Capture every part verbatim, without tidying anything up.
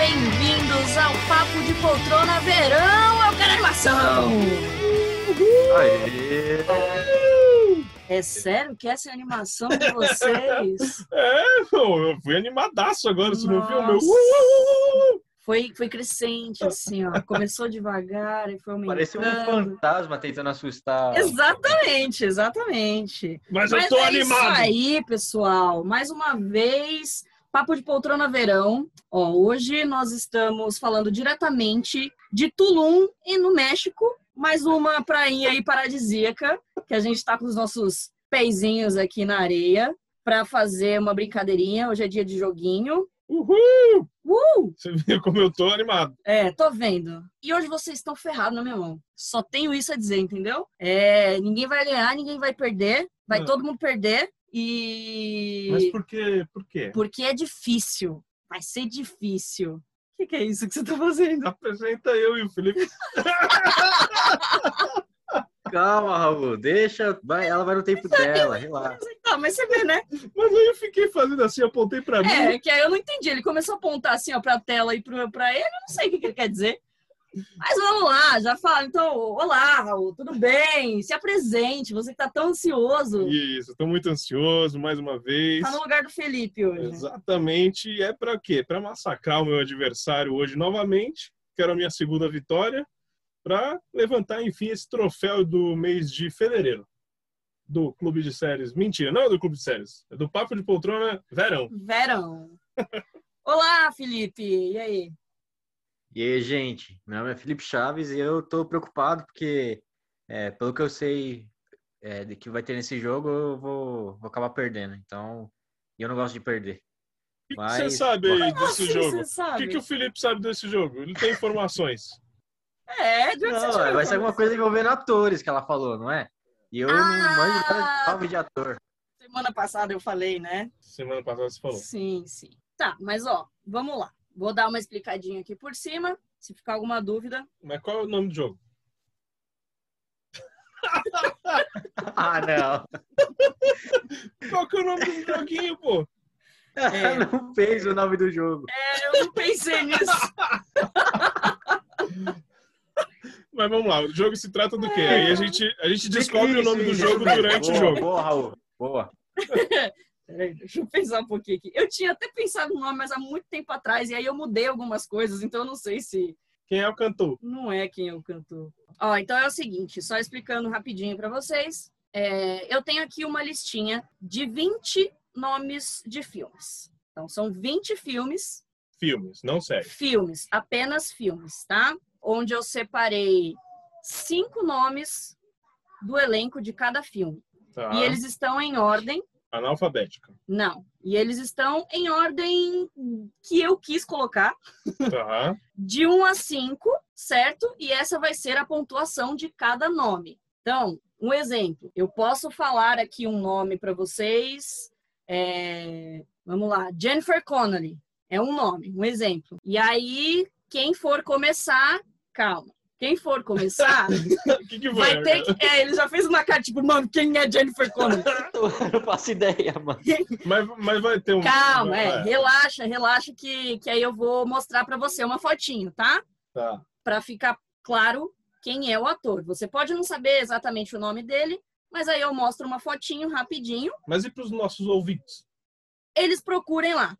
bem-vindos ao Papo de Poltrona Verão. Eu quero animação! Aê! É sério que essa é a animação de vocês? É, pô, eu fui animadaço agora, você não viu o meu? Foi, foi crescente, assim, ó. Começou devagar e foi aumentando. Parecia um fantasma tentando assustar. Exatamente, exatamente. Mas, Mas eu tô é animado! isso aí, pessoal. Mais uma vez, Papo de Poltrona Verão. Ó, hoje nós estamos falando diretamente de Tulum, e no México. Mais uma prainha aí paradisíaca, que a gente tá com os nossos pezinhos aqui na areia para fazer uma brincadeirinha. Hoje é dia de joguinho. Uhul! Uh! Você viu como eu tô animado? É, tô vendo. E hoje vocês estão ferrados na minha mão. Só tenho isso a dizer, entendeu? É, ninguém vai ganhar, ninguém vai perder. Vai Não. todo mundo perder. E... Mas por quê? Por quê? Porque é difícil. Vai ser difícil. O que, que é isso que você tá fazendo? Apresenta eu e o Felipe. Calma, Raul, deixa, vai, ela vai no tempo dela, relaxa. Tá, mas você vê, né? Mas aí eu fiquei fazendo assim, apontei pra mim. É, que aí eu não entendi. Ele começou a apontar assim, ó, pra tela e pro, pra ele. Eu não sei o que, que ele quer dizer. Mas vamos lá, já fala. Então, olá, Raul, tudo bem? Se apresente, você que tá tão ansioso. Isso, tô muito ansioso, mais uma vez. Tá no lugar do Felipe hoje. Exatamente. E é pra quê? Pra massacrar o meu adversário hoje novamente. Quero a minha segunda vitória. Pra levantar, enfim, esse troféu do mês de fevereiro. Do Clube de Séries. Mentira, não é do Clube de Séries. É do Papo de Poltrona Verão. Verão. Olá, Felipe. E aí? E aí, gente, meu nome é Felipe Chaves e eu tô preocupado porque, é, pelo que eu sei é, de que vai ter nesse jogo, eu vou, vou acabar perdendo. Então, eu não gosto de perder. O que Mas- você sabe aí Como desse assim jogo? você O sabe? que, que o Felipe sabe desse jogo? Ele tem informações. É, de onde você Não, tirou vai ser alguma isso? coisa envolvendo atores que ela falou, não é? E eu Ah! não manjo nada de nome de ator. Semana passada eu falei, né? Semana passada você falou. Sim, sim. Tá, mas ó, vamos lá. Vou dar uma explicadinha aqui por cima. Se ficar alguma dúvida. Mas qual é o nome do jogo? Ah, não. Qual que é o nome do joguinho, pô? É. Não fez o nome do jogo. Eu não pensei nisso. Mas vamos lá, o jogo se trata do quê? Aí a gente, a gente descobre o nome do Isso, jogo isso. durante Boa, o jogo. Boa, Raul. Boa. Peraí, deixa eu pensar um pouquinho aqui. Eu tinha até pensado no nome, mas há muito tempo atrás, e aí eu mudei algumas coisas, então eu não sei se Quem é o cantor? não é quem é o cantor. Ó, então é o seguinte, só explicando rapidinho para vocês. É, eu tenho aqui uma listinha de vinte nomes de filmes. Então, são vinte filmes, Filmes, não série. filmes, apenas filmes, tá? Onde eu separei cinco nomes do elenco de cada filme. Tá. E eles estão em ordem. Analfabética. Não. E eles estão em ordem que eu quis colocar, Tá. de um a cinco, certo? E essa vai ser a pontuação de cada nome. Então, um exemplo. Eu posso falar aqui um nome para vocês. É... Vamos lá. Jennifer Connelly. É um nome, um exemplo. E aí, quem for começar... Calma. Quem for começar... O que, que foi? vai ter que... É, ele já fez uma cara, tipo, mano, quem é Jennifer Connelly? Eu não faço ideia, mano. Mas, mas vai ter um. Calma, vai- é, relaxa, relaxa que, que aí eu vou mostrar pra você uma fotinho, tá? Tá. Pra ficar claro quem é o ator. Você pode não saber exatamente o nome dele, mas aí eu mostro uma fotinho rapidinho. Mas e para os nossos ouvintes? Eles procurem lá.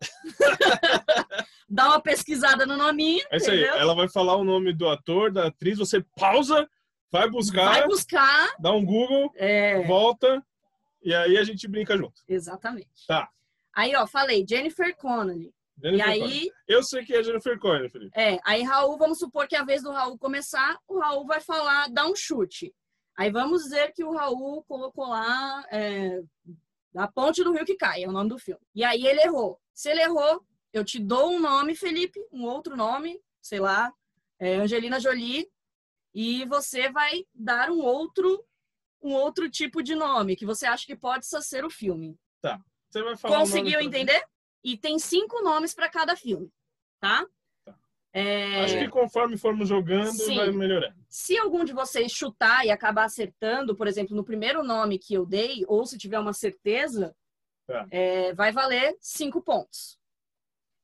Dá uma pesquisada no nominho, É isso aí. entendeu? Ela vai falar o nome do ator, da atriz, você pausa, vai buscar, Vai buscar. dá um Google, É, volta, e aí a gente brinca junto. exatamente. Tá. Aí, ó, falei, Jennifer Connelly. Jennifer E aí, Connelly. Eu sei que é Jennifer Connelly, Felipe. É, aí Raul, vamos supor que a vez do Raul começar, o Raul vai falar, dar um chute. Aí vamos dizer que o Raul colocou lá é, A Ponte do Rio que Cai, é o nome do filme. E aí ele errou. Se ele errou, eu te dou um nome, Felipe, um outro nome, sei lá, é, Angelina Jolie, e você vai dar um outro, um outro tipo de nome que você acha que pode ser o filme. Você vai falar o nome Conseguiu pra- entender? E tem cinco nomes para cada filme, tá? Tá. É, Acho que conforme formos jogando, Sim. vai melhorando. Se algum de vocês chutar e acabar acertando, por exemplo, no primeiro nome que eu dei, ou se tiver uma certeza, Tá. é, vai valer cinco pontos.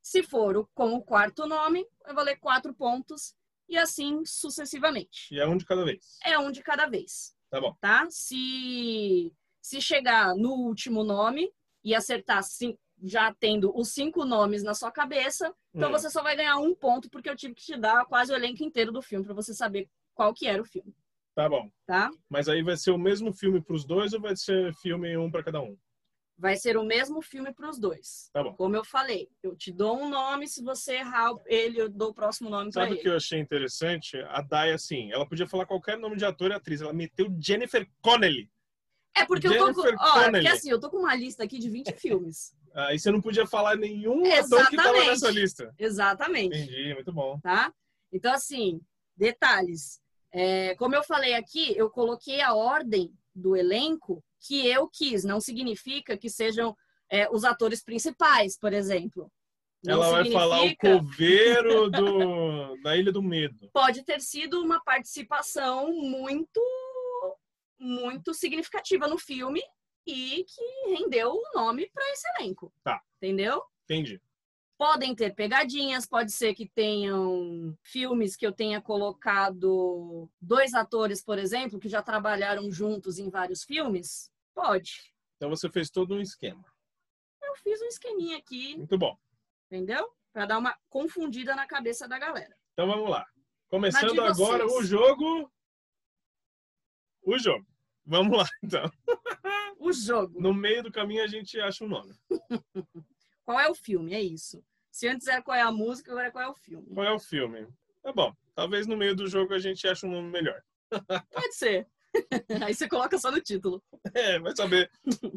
Se for o, com o quarto nome, vai valer quatro pontos e assim sucessivamente. E é um de cada vez. É um de cada vez. Tá bom. Tá? Se, se chegar no último nome e acertar sim, já tendo os cinco nomes na sua cabeça, então Hum. você só vai ganhar um ponto, porque eu tive que te dar quase o elenco inteiro do filme para você saber qual que era o filme. Tá bom. Tá? Mas aí vai ser o mesmo filme pros dois ou vai ser filme um pra cada um? Vai ser o mesmo filme para os dois. Tá bom. Como eu falei, eu te dou um nome, se você errar ele, eu dou o próximo nome para Sabe ele. o que eu achei interessante? A Dai, assim, ela podia falar qualquer nome de ator e atriz. Ela meteu Jennifer Connelly. É porque eu tô com, Jennifer ó, é porque Connelly. assim, eu tô com uma lista aqui de vinte filmes. Aí você não podia falar nenhum ator que tava Exatamente. nessa lista. Exatamente. Entendi, muito bom. Tá? Então, assim, detalhes. É, como eu falei aqui, eu coloquei a ordem do elenco que eu quis. Não significa que sejam é, os atores principais, por exemplo. Não Ela vai falar o significa- coveiro do, da Ilha do Medo. Pode ter sido uma participação muito, muito significativa no filme e que rendeu o nome para esse elenco. Tá. Entendeu? Entendi. Podem ter pegadinhas, pode ser que tenham filmes que eu tenha colocado dois atores, por exemplo, que já trabalharam juntos em vários filmes. Pode. Então você fez todo um esquema. Eu fiz um esqueminha aqui, Muito bom. entendeu? Para dar uma confundida na cabeça da galera. Então vamos lá. Começando Mas de agora vocês? o jogo. O jogo. Vamos lá, então. O jogo. No meio do caminho a gente acha um nome. Qual é o filme? É isso. Se antes era qual é a música, agora é qual é o filme. Qual é o filme? Tá bom. Talvez no meio do jogo a gente ache um nome melhor. Pode ser. Aí você coloca só no título. É, vai saber.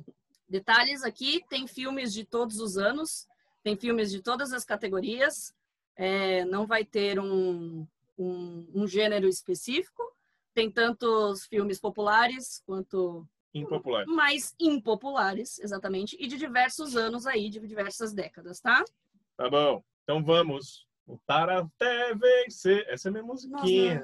Detalhes aqui, tem filmes de todos os anos, tem filmes de todas as categorias, é, não vai ter um, um, um gênero específico, tem tantos filmes populares quanto Impopular. mais impopulares, exatamente, e de diversos anos aí, de diversas décadas, tá? Tá bom. Então vamos. Lutar até vencer. Essa é a minha musiquinha.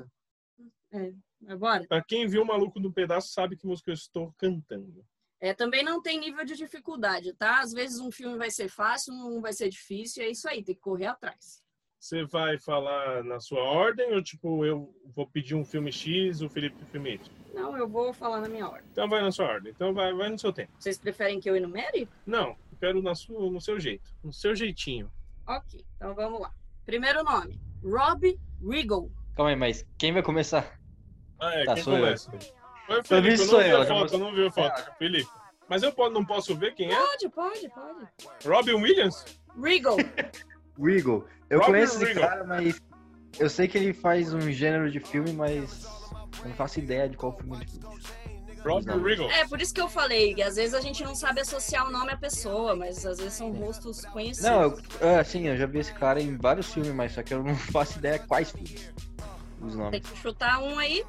É, agora, Pra quem viu o Maluco do Pedaço sabe que música eu estou cantando. é, também não tem nível de dificuldade, tá? Às vezes um filme vai ser fácil, um vai ser difícil, é isso aí, tem que correr atrás. Você vai falar na sua ordem ou tipo eu vou pedir um filme X, o Felipe filme Y? Não, eu vou falar na minha ordem. Então vai na sua ordem. Então vai, vai no seu tempo. Vocês preferem que eu enumere? Não, eu quero na sua, no seu jeito. No seu jeitinho. Ok, então vamos lá. Primeiro nome, Rob Riggle. Calma aí, mas quem vai começar? Ah, é, Tá, quem sou eu. começa? Foi o Pra Felipe, mim eu sou não vi eu, a já foto, eu vou- não vi a foto. Felipe. Mas eu posso- não posso ver quem é? Pode, pode, pode. Robin Williams? Riggle. Wiggle. Eu Robert conheço esse Riggle. cara, mas eu sei que ele faz um gênero de filme, mas eu não faço ideia de qual filme ele fez. Robin Riggle. É, por isso que eu falei, que às vezes a gente não sabe associar o nome à pessoa, mas às vezes são rostos conhecidos. Não, eu, é, assim, eu já vi esse cara em vários filmes, mas só que eu não faço ideia quais filmes. Os Tem nomes. que chutar um aí.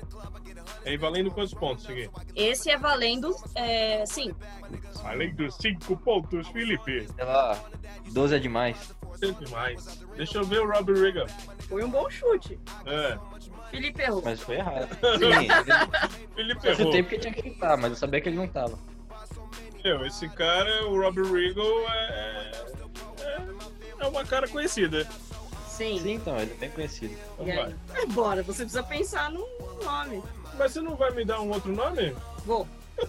Aí valendo quantos pontos aqui? Esse é valendo, é, sim. Além dos cinco pontos, Felipe. Sei lá, doze é demais. Sempre mais. Deixa eu ver o Robin Riggle. Foi um bom chute. É. Felipe errou. Mas foi errado. Sim, Felipe eu errou. chutei porque tinha que chutar, mas eu sabia que ele não tava. Meu, esse cara, o Robin Riggle, é, é, é uma cara conhecida. Sim. Sim, então, ele é bem conhecido. Então E vai. aí? Bora, você precisa pensar num nome. Mas você não vai me dar um outro nome? Vou.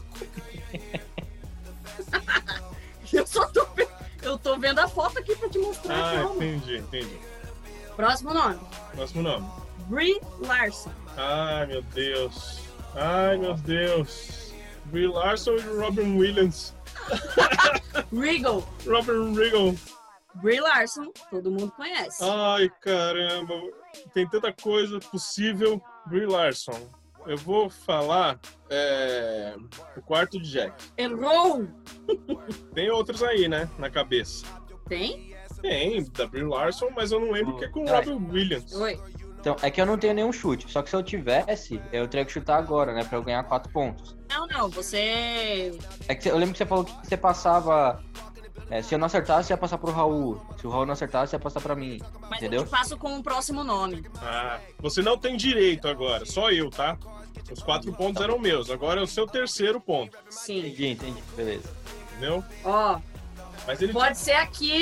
eu só tô, ve- eu tô vendo a foto aqui pra te mostrar. Ah, calma. entendi, entendi. Próximo nome. Próximo nome. Brie Larson. Ai, meu Deus. Ai, meu Deus. Brie Larson e Robin Williams. Riggle. Robin Riggle. Brie Larson, todo mundo conhece. Ai, caramba. Tem tanta coisa possível. Brie Larson. Eu vou falar é, o quarto de Jack. Errou! Tem outros aí, né? Na cabeça. Tem? Tem, da Brie Larson, mas eu não lembro o que é com o Ai. Robin Williams. Oi. Então, é que eu não tenho nenhum chute. Só que se eu tivesse, eu teria que chutar agora, né? Pra eu ganhar quatro pontos. Não, não, você... É que você- eu lembro que você falou que você passava. é, se eu não acertasse, ia passar pro Raul. Se o Raul não acertasse, ia passar pra mim. Mas Entendeu? eu te passo com o próximo nome. Ah, você não tem direito agora, só eu, tá? Os quatro pontos eram meus, agora é o seu terceiro ponto, Sim. Entendi, entendi. Beleza. entendeu? Ó, Mas ele pode ser aqui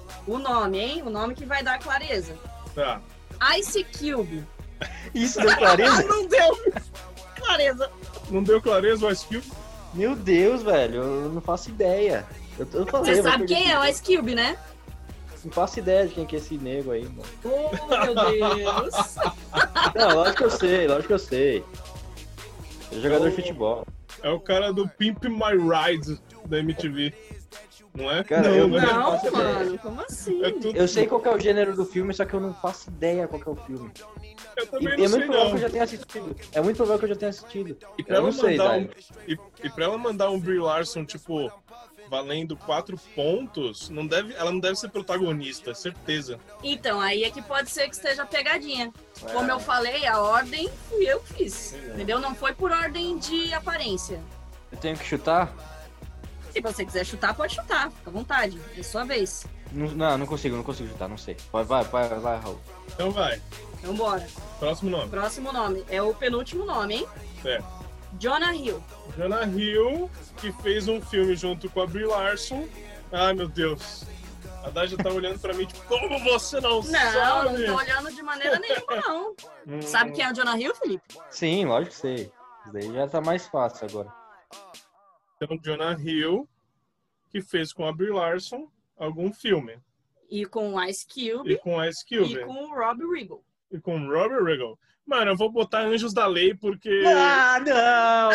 O nome, hein? O nome que vai dar clareza. Tá. Ice Cube. Isso deu clareza? Não deu clareza. Não deu clareza o Ice Cube? Meu Deus, velho, eu não faço ideia. Eu, eu falei, Você eu vou sabe quem perder. é o Ice Cube, né? Não faço ideia de quem que é esse nego aí, mano. Oh, meu Deus. Não, lógico que eu sei, lógico que eu sei. Ele é jogador de futebol. É o cara do Pimp My Ride da M T V. Não é? Cara, eu né? Não, faço ideia. mano, como assim? É tudo... Eu sei qual que é o gênero do filme, só que eu não faço ideia qual que é o filme. Eu E, também e não é sei, muito provável não. que eu já tenha assistido. É muito provável que eu já tenha assistido. E pra, Eu ela não sei, mandar um, Zé. e, e pra ela mandar um Brie Larson, tipo, valendo quatro pontos, não deve, ela não deve ser protagonista, certeza. Então, aí é que pode ser que esteja pegadinha. É. Como eu falei, a ordem fui eu que fiz. É. Entendeu? Não foi por ordem de aparência. Eu tenho que chutar? Se você quiser chutar, pode chutar. Fica à vontade. É sua vez. Não, não, não consigo, não consigo chutar, não sei. Vai, vai, vai, vai, Raul. Então vai. Então, bora. Próximo nome. Próximo nome. É o penúltimo nome, hein? É. Jonah Hill. Jonah Hill, que fez um filme junto com a Brie Larson. Ai, meu Deus. A Dai já tá olhando pra mim, tipo, como você não, Não, sabe? não tô olhando de maneira nenhuma, não. Hum, Sabe quem é o Jonah Hill, Felipe? Sim, lógico que sei. Isso daí já tá mais fácil agora. Então, Jonah Hill, que fez com a Brie Larson algum filme. E com o Ice Cube E com a Ice Cube. e com o Robbie Riggle. E com o Robert Riggle. Mano, eu vou botar Anjos da Lei, porque... Ah, não!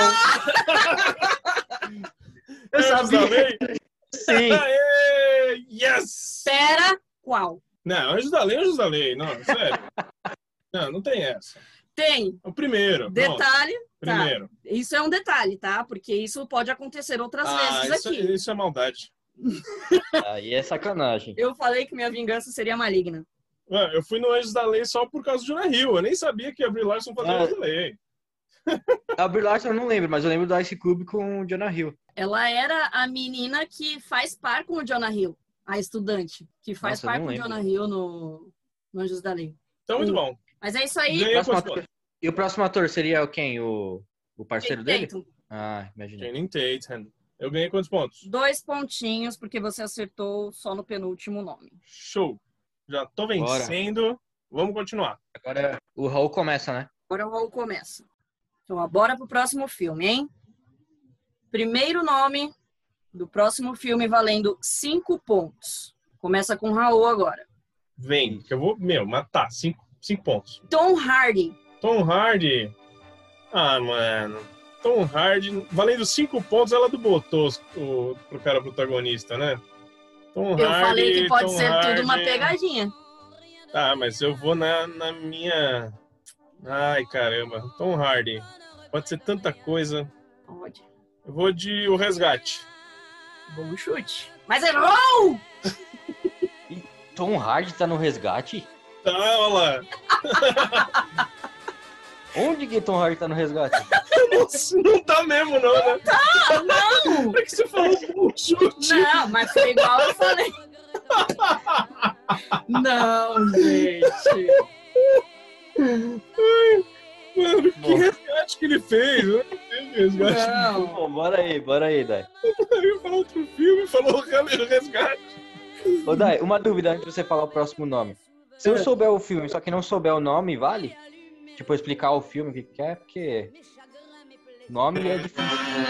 Eu Anjos sabia! da Lei? Sim! Aê! Yes! Pera, qual? Não, Anjos da Lei, Anjos da Lei. Não, sério. Não, não tem essa. Tem. O primeiro. Detalhe. Nossa, primeiro. Tá. Isso é um detalhe, tá? Porque isso pode acontecer outras Ah, vezes isso, aqui. isso é maldade. Aí é sacanagem. Eu falei que minha vingança seria maligna. Mano, eu fui no Anjos da Lei só por causa do Jonah Hill. Eu nem sabia que a Brie Larson fazia Ah. Anjos da Lei. A Brie Larson eu não lembro, mas eu lembro do Ice Cube com o Jonah Hill. Ela era a menina que faz par com o Jonah Hill, a estudante, que faz Nossa, eu par não com o lembro. Jonah Hill no, no Anjos da Lei. Então, muito Hum. bom. Mas é isso aí. Ganhei Próximo quantos ator- pontos? E o próximo ator seria quem? O, o parceiro dele? Tatum. Ah, imaginei. Channing Tatum. Eu ganhei quantos pontos? Dois pontinhos, porque você acertou só no penúltimo nome. Show. Já tô vencendo. Vamos continuar. Agora o Raul começa, né? Agora o Raul começa. Então, ó, bora pro próximo filme, hein? Primeiro nome do próximo filme valendo cinco pontos. Começa com o Raul agora. Vem, que eu vou, meu, matar. Cinco, cinco pontos. Tom Hardy. Tom Hardy. Ah, mano. Tom Hardy. Valendo cinco pontos, ela do botou o, pro cara protagonista, né? Tom Eu Hardy, falei que pode Tom ser Hardy. tudo uma pegadinha. Tá, mas eu vou na, na minha... Ai, caramba. Tom Hardy. Pode ser tanta coisa. Pode. Eu vou de O Resgate. Bom chute. Mas errou! Tom Hardy tá no resgate? Tá, olha lá. Onde que Tom Hardy tá no resgate? Não, não tá mesmo, não, né? Ah, não! Por que você falou um chute? Não, mas foi igual eu falei. Não, gente. Mano, que Bom. resgate que ele fez? Eu não teve resgate. Não. Bom, bora aí, bora aí, Dai. Ele falou outro filme, falou resgate. Ô, Dai, uma dúvida antes de você falar o próximo nome. Se eu É. souber o filme, só que não souber o nome, vale? Tipo, explicar o filme, o que que é, porque... Nome é difícil.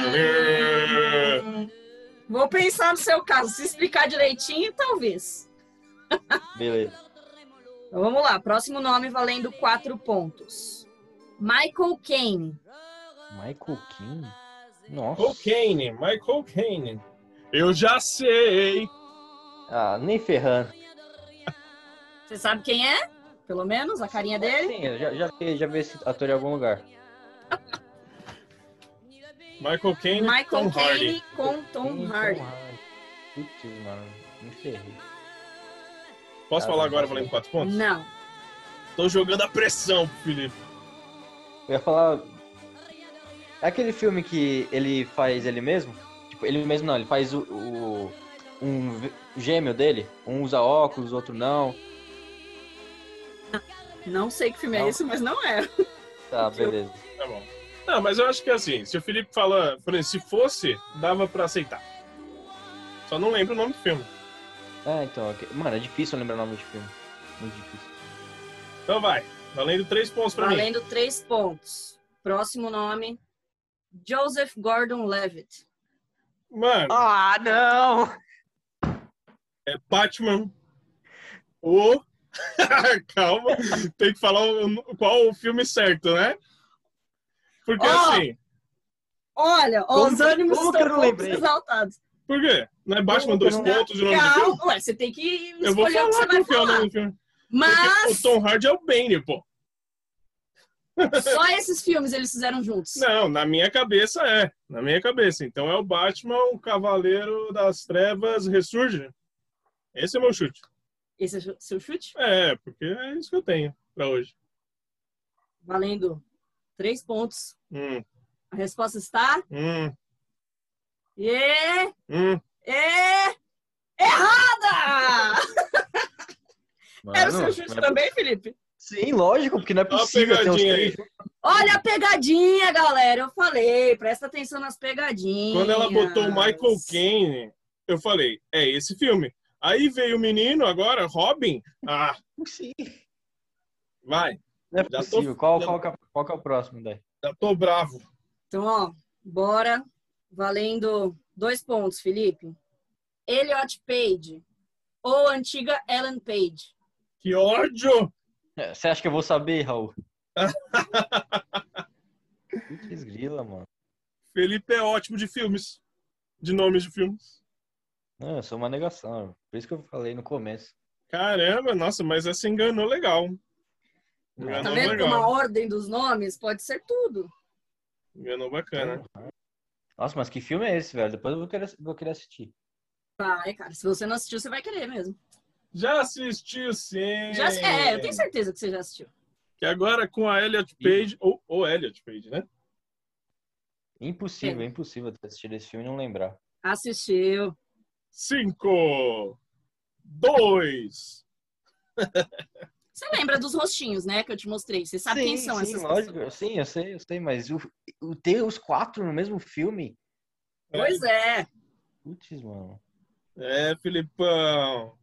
Vou pensar no seu caso. Se explicar direitinho, talvez. Beleza. Então, vamos lá. Próximo nome valendo quatro pontos. Michael Caine. Michael Keane? Nossa. Cocaine, Michael Caine. Eu já sei. Ah, nem ferrando. Você sabe quem é? Pelo menos a carinha dele? Sim, eu já, já, vi- já vi esse ator em algum lugar. Michael Caine, Michael Tom Hardy. Caine com Tom Sim, Hardy. Putz, mano, me ferrei. Posso Ah, falar não agora posso. valendo quatro pontos? Não. Tô jogando a pressão pro Felipe. Eu ia falar... É aquele filme que ele faz ele mesmo? Tipo, ele mesmo não, ele faz o... o- um v- gêmeo dele. Um usa óculos, o outro não. Não sei que filme é Não. esse, mas não é. Tá, beleza. Tá bom. Não, mas eu acho que assim, se o Felipe fala, por exemplo, se fosse, dava pra aceitar. Só não lembro o nome do filme. É, então, ok. Mano, é difícil lembrar o nome de filme. Muito difícil. Então vai, valendo três pontos pra Valendo mim. três pontos. Próximo nome, Joseph Gordon-Levitt. Mano, Ah, não! é Batman. O... Calma, tem que falar o, qual o filme certo, né? Porque Ó, assim... Olha, ó, Como os que- ânimos como que eu estão não poucos lembrei? exaltados. Por quê? Não é Batman Como que dois eu não- pontos de nome do filme? Calma, ué, você tem que Eu vou escolher o que você falar vai qual que é o falar. nome do filme. Mas Porque o Tom Hardy é o Bane, pô. só esses filmes eles fizeram juntos. Não, na minha cabeça é. Na minha cabeça. Então é o Batman, o Cavaleiro das Trevas ressurge. Esse é o meu chute. Esse é o seu chute? É, porque é isso que eu tenho pra hoje. Valendo três pontos. Hum, A resposta está... hum, E... hum. E... Errada! Era o seu chute não é- também, Felipe? Sim, lógico, porque não é Olha a possível ter os pegadinha três aí. juntos. Olha a pegadinha, galera. Eu falei, presta atenção nas pegadinhas. Quando ela botou o Michael Caine, eu falei, é esse filme. Aí veio o menino agora, Robin. Ah, Sim. vai. Não é Já tô- possível. Qual, já- qual, que é, qual que é o próximo, daí? Já tô bravo. Então, ó, bora. Valendo dois pontos, Felipe. Elliot Page ou antiga Ellen Page? Que ódio! É, Você acha que eu vou saber, Raul? Putz, grila, mano. Felipe é ótimo de filmes. De nomes de filmes. Não, eu sou uma negação. Por isso que eu falei no começo. Caramba, nossa, mas essa enganou legal. Enganou Tá vendo legal. como a ordem dos nomes pode ser tudo? Enganou bacana. Nossa, mas que filme é esse, velho? Depois eu vou querer, vou querer assistir. Vai, cara. Se você não assistiu, você vai querer mesmo. Já assistiu, sim. Já, é, eu tenho certeza que você já assistiu. Que agora com a Elliot Page, ou, ou Elliot Page, né? Impossível, É. é impossível ter assistido esse filme e não lembrar. Assistiu. Cinco, dois. Você lembra dos rostinhos, né? Que eu te mostrei. Você sabe quem são sim, essas lógico. pessoas. Sim, eu sei, eu sei, mas o, o ter os quatro no mesmo filme. Pois é. Putz, mano. É, Filipão.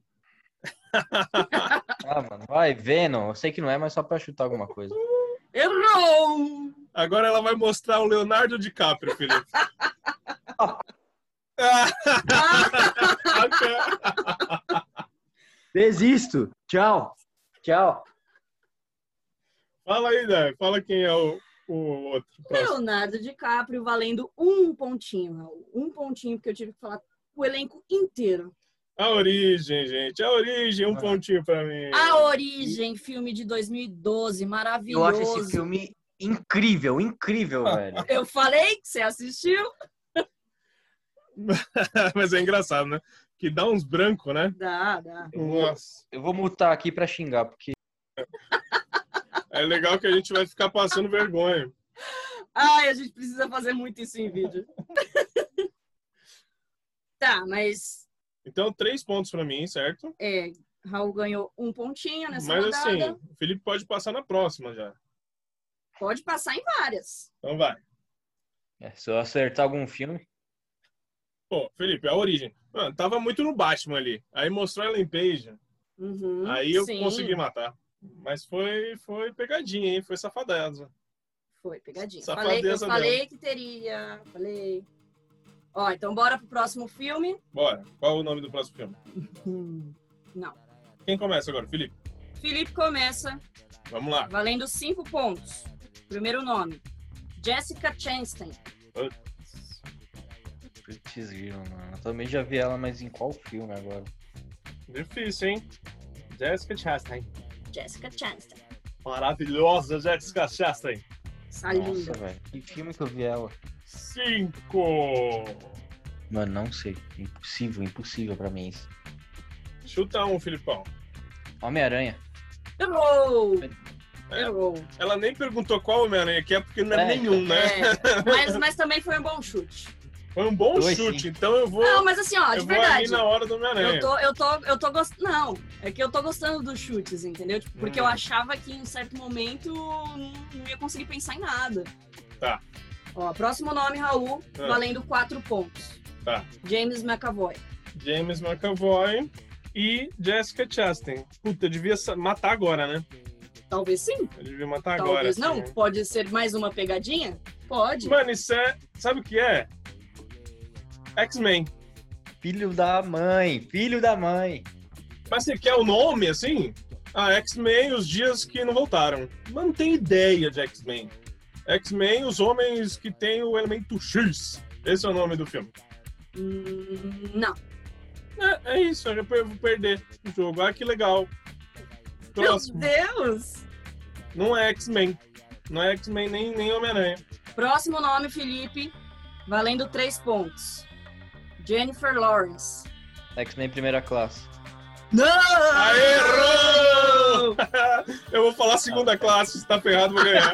Ah, mano, vai, Venom. Eu sei que não é, mas só pra chutar alguma coisa. Errou! Agora ela vai mostrar o Leonardo DiCaprio, Felipe. Desisto. Tchau. Tchau. Fala aí, Dé. Fala quem é o, o outro. próximo. Leonardo DiCaprio valendo um pontinho, Raul. Um pontinho, porque eu tive que falar o elenco inteiro. A Origem, gente. A Origem, um Ah. pontinho pra mim. A Origem, filme de dois mil e doze, Eu maravilhoso. acho esse filme incrível, incrível, velho. Eu falei que você assistiu? Mas é engraçado, né? Que dá uns brancos, né? Dá, dá. Eu vou, Nossa. eu vou mutar aqui pra xingar, porque É legal que a gente vai ficar passando vergonha. Ai, a gente precisa fazer muito isso em vídeo. Tá, mas Então, três pontos pra mim, certo? é, Raul ganhou um pontinho nessa Mas rodada. assim, o Felipe pode passar na próxima já. Pode passar em várias. Então vai. é, se eu acertar algum filme. Pô, Felipe, a Origem. Mano, tava muito no Batman ali. Aí mostrou a Ellen Page. Uhum, Aí eu sim, consegui matar. Mas foi, foi pegadinha, hein? Foi safadeza. Foi, pegadinha. Safadeza Falei, eu dela. falei que teria. Falei. Ó, então bora pro próximo filme. Bora. Qual o nome do próximo filme? Hum, não. Quem começa agora, Felipe? Felipe começa Vamos lá. valendo cinco pontos. Primeiro nome: Jessica Chastain. Putz, grila, mano. Eu também já vi ela, mas em qual filme agora? Difícil, hein? Jessica Chastain. Jessica Chastain. Maravilhosa Jessica Chastain. Essa Nossa, linda. velho. Que filme que eu vi ela? Cinco. Mano, não sei. Impossível, impossível pra mim isso. Chuta um, Filipão. Homem-Aranha. Errou! É. Errou. Ela nem perguntou qual Homem-Aranha que é, porque não é, É, nenhum, né? É, mas, mas também foi um bom chute. Foi um bom Dois, chute, sim. então eu vou, Não, mas assim, ó, eu de vou ali verdade. na hora do Homem-Aranha. Eu tô, eu tô, eu tô gostando. Não, é que eu tô gostando dos chutes, entendeu? Tipo, porque Hum. eu achava que em um certo momento não, não ia conseguir pensar em nada. Tá. Ó, próximo nome, Raul, Ah. valendo quatro pontos. Tá. James McAvoy. James McAvoy. e Jessica Chastain. Puta, eu devia matar agora, né? Talvez sim. Eu devia matar Talvez agora. não. Assim. Pode ser mais uma pegadinha? Pode. Mano, isso é... Sabe o que é? X-Men. Filho da mãe, filho da mãe. Mas você quer o nome, assim? Ah, X-Men, os dias que não voltaram. Mas não tem ideia de X-Men. X-Men, os homens que têm o elemento X. Esse é o nome do filme. Hum, não. É, é isso, eu já vou perder o jogo. Ah, que legal. Próximo. Meu Deus! Não é X-Men. Não é X-Men nem, nem Homem-Aranha. Próximo nome, Felipe. Valendo três pontos. Jennifer Lawrence. X-Men primeira classe. Não! Aê, errou! Eu vou falar segunda classe, se tá ferrado, vou ganhar.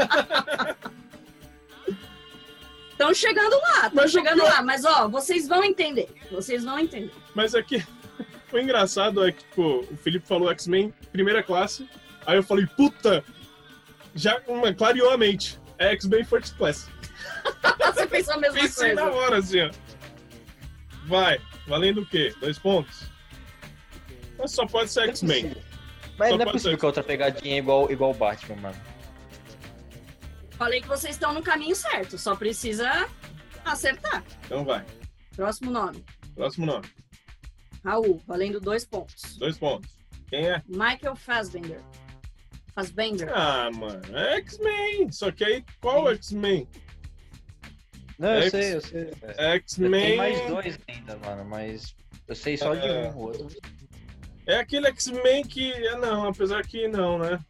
Estão chegando lá, estão Mas o chegando pior- lá. Mas, ó, vocês vão entender. Vocês vão entender. Mas aqui, foi engraçado, é que, tipo, o Felipe falou X-Men primeira classe, aí eu falei, puta, já uma, clareou a mente. É X-Men First Class. Você pensou a mesma Pensei coisa. na hora, assim, ó. Vai, valendo o quê? Dois pontos? Mas só pode ser X-Men. Mas Só não é pode possível ser. que a outra pegadinha é igual igual o Batman, mano. Falei que vocês estão no caminho certo. Só precisa acertar. Então vai. Próximo nome. Próximo nome. Raul, valendo dois pontos. Dois pontos. Quem é? Michael Fassbender. Fassbender. Ah, mano, é X-Men. Só que aí, qual X-Men? Não, eu X- sei, eu sei. É. Tem X-Men... mais dois ainda, mano, mas eu sei só de É. um. O outro. É aquele X-Men que... É, não, apesar que não, né?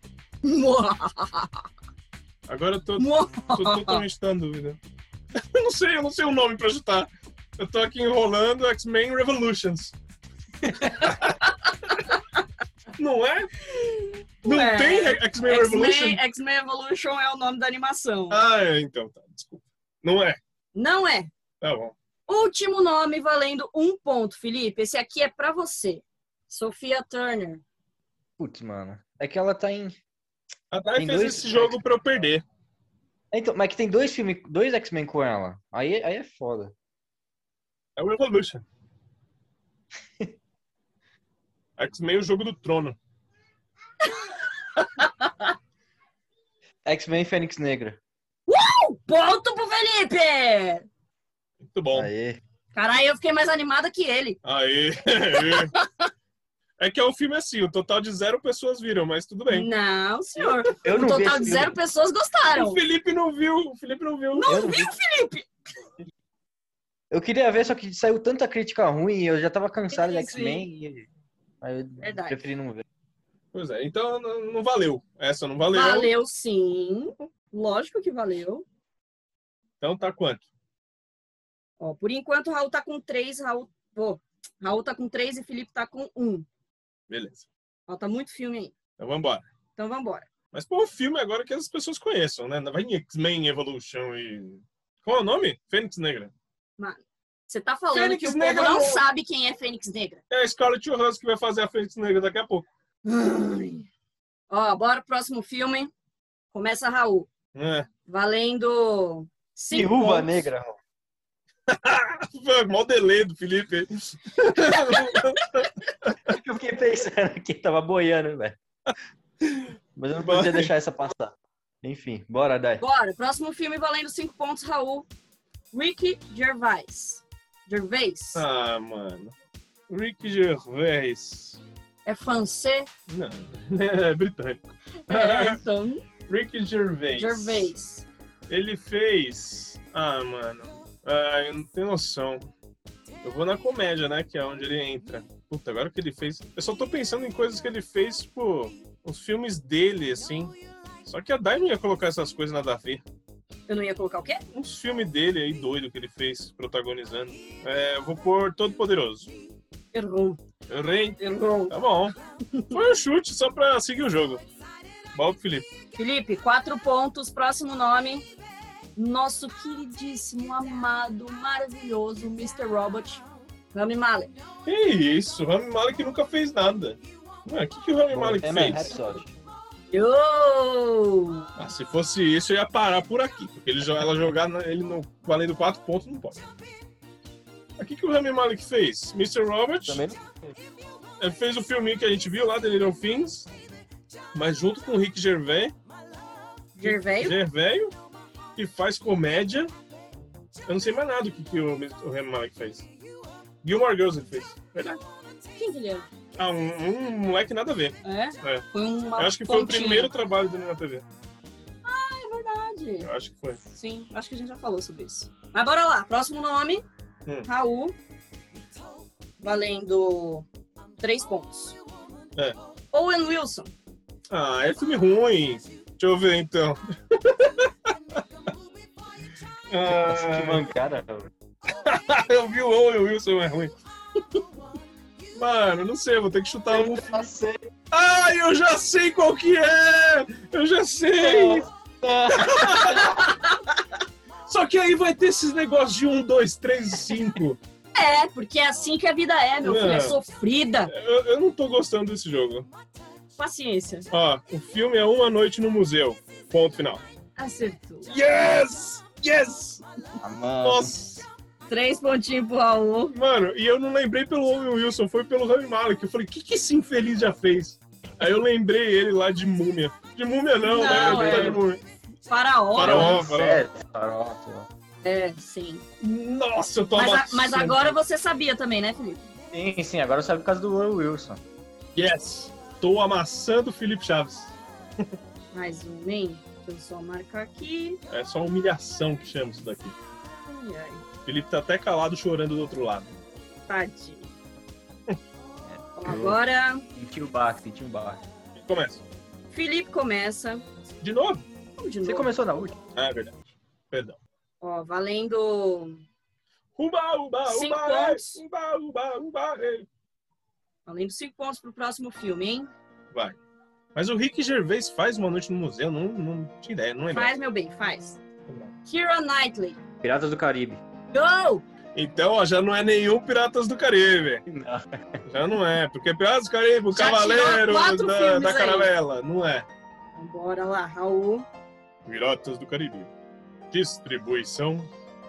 Agora eu tô, tô totalmente dando dúvida. Eu não sei, eu não sei o nome pra chutar. Eu tô aqui enrolando X-Men Revolutions. Não é? Não Ué, tem X-Men Revolution? X-Men X-Men Evolution é o nome da animação. Ah, é, então tá, desculpa. Não é. Não é. Tá bom. Último nome valendo um ponto, Felipe. Esse aqui é pra você. Sophia Turner. Putz, mano. É que ela tá em. A Dai Tem fez dois esse jogo pra eu perder. Então, mas que tem dois filmes, dois X-Men com ela. Aí, aí é foda. É o Revolution. X-Men, o jogo do trono. X-Men Fênix Negra. Ponto pro Felipe! Muito bom. Aê. Caralho, eu fiquei mais animada que ele. Aê. Aê. É que é um filme assim, o total de zero pessoas viram, mas tudo bem. Não, senhor. Eu O não vi total esse de filme. zero pessoas gostaram. O Felipe não viu, o Felipe não viu. Não Eu não viu, vi. Felipe? Eu queria ver, só que saiu tanta crítica ruim e eu já tava cansado de Sim, sim. X-Men. E... Aí eu Verdade. preferi não ver. Pois é, então não, não valeu. Essa não valeu. Valeu, sim. Lógico que valeu. Então tá quanto? Ó, por enquanto, o Raul tá com três. Raul, pô, Raul tá com três e Felipe tá com um. Beleza. Falta muito filme aí. Então vambora. Então vambora. Mas pô, o filme agora que as pessoas conheçam, né? Vai em X-Men Evolution e... Qual é o nome? Fênix Negra. Mano, você tá falando Fênix que o Negra povo não não- sabe quem é Fênix Negra. É a Scarlett Johansson que vai fazer a Fênix Negra daqui a pouco. Ai. Ó, bora pro próximo filme. Começa, Raul. É. Valendo cinco Viúva pontos. Negra. Mó delay do Felipe. Eu fiquei pensando aqui, tava boiando, velho. Mas eu não podia Vai. deixar essa passar. Enfim, bora, Dai. Bora, próximo filme valendo cinco pontos, Raul. Ricky Gervais. Gervais. Ah, mano. Rick Gervais. É francês? Não, é britânico. É, então, Rick Gervais. Gervais. Ele fez... Ah, mano. Ah, eu não tenho noção. Eu vou na comédia, né? Que é onde ele entra. Puta, agora que ele fez... Eu só tô pensando em coisas que ele fez, tipo... Os filmes dele, assim. Só que a Dai não ia colocar essas coisas nada a ver. Eu não ia colocar o quê? Uns filmes dele aí, doido, que ele fez, protagonizando. É, eu vou pôr Todo Poderoso. Errou. Errei. Errou. Tá bom. Foi um chute só pra seguir o jogo. Bola pro Felipe. Felipe, quatro pontos. Próximo nome. Nosso queridíssimo, amado, maravilhoso mister Robot. Rami Malek. Que isso, o Rami Malek nunca fez nada. Ué, o que, que o Rami Malek É fez? Rhapsody. Yo! Ah, se fosse isso, eu ia parar por aqui. Porque ele, jo- ela jogar na- ele no, valendo quatro pontos, não pode. O que, que o Rami Malek fez? mister Robot? Também não. Ele fez o filminho que a gente viu lá, The Little Things, mas junto com o Rick Gervais. Gervais? Gervais, que faz comédia. Eu não sei mais nada do que, que o, o Rami Malek fez. Gilmore Girls ele fez, verdade. Quem que ele é? Ah, um, um moleque nada a ver. É? É. Foi uma Eu acho que foi pontinha. o primeiro trabalho dele na T V. Ah, é verdade. Eu acho que foi. Sim, acho que a gente já falou sobre isso. Mas bora lá, próximo nome, Hum. Raul, valendo três pontos. É. Owen Wilson. Ah, é filme ruim. Deixa eu ver então. Nossa, que ah, mancada. eu vi o Owen Wilson, é ruim. Mano, não sei, eu vou ter que chutar algum filme. Ah, eu já sei qual que é! Eu já sei! Só que aí vai ter esses negócios de um, dois, três e cinco. É, porque é assim que a vida é, meu Não. filho, é sofrida. Eu, eu não tô gostando desse jogo. Paciência. Ó, o filme é Uma Noite no Museu. Ponto final. Acertou. Yes! Yes! Ah, mano. Nossa! Três pontinhos pro Raul. Mano, e eu não lembrei pelo Owen Wilson, foi pelo Rami Malek. Eu falei, o que, que esse infeliz já fez? Aí eu lembrei ele lá de Múmia. De Múmia não, Não, né? é. De Múmia. Faraó. Faraó. Sério, farol. É, sim. Nossa, eu tô Mas, a- amassando. mas agora você sabia também, né, Felipe? Sim, sim, agora eu sabe por causa do Owen Wilson. Yes! Tô amassando o Felipe Chaves. Mais um, hein? Deixa eu só marcar aqui. É só humilhação que chama isso daqui. Ai, ai. O Felipe tá até calado chorando do outro lado. Tadinho. Agora, Sentiu o baque, sentiu o baque. E começa. Felipe começa. De novo? Vamos de Você novo. começou na última? Ah, é verdade. Perdão. Ó, valendo. Uba, uba, Cinco uba, ei. pontos. Uba, uba, uba, ei. Valendo cinco pontos pro próximo filme, hein? Vai. Mas o Rick Gervais faz Uma Noite no Museu? Não, não tinha ideia, não lembro. Faz, meu bem, faz. Keira Knightley. Piratas do Caribe. Go! Então, ó, já não é nenhum Piratas do Caribe. Não. Já não é, porque Piratas do Caribe, o Já Cavaleiro tirou quatro da, filmes da aí. Caravela. Não é. Bora lá, Raul. Piratas do Caribe. Distribuição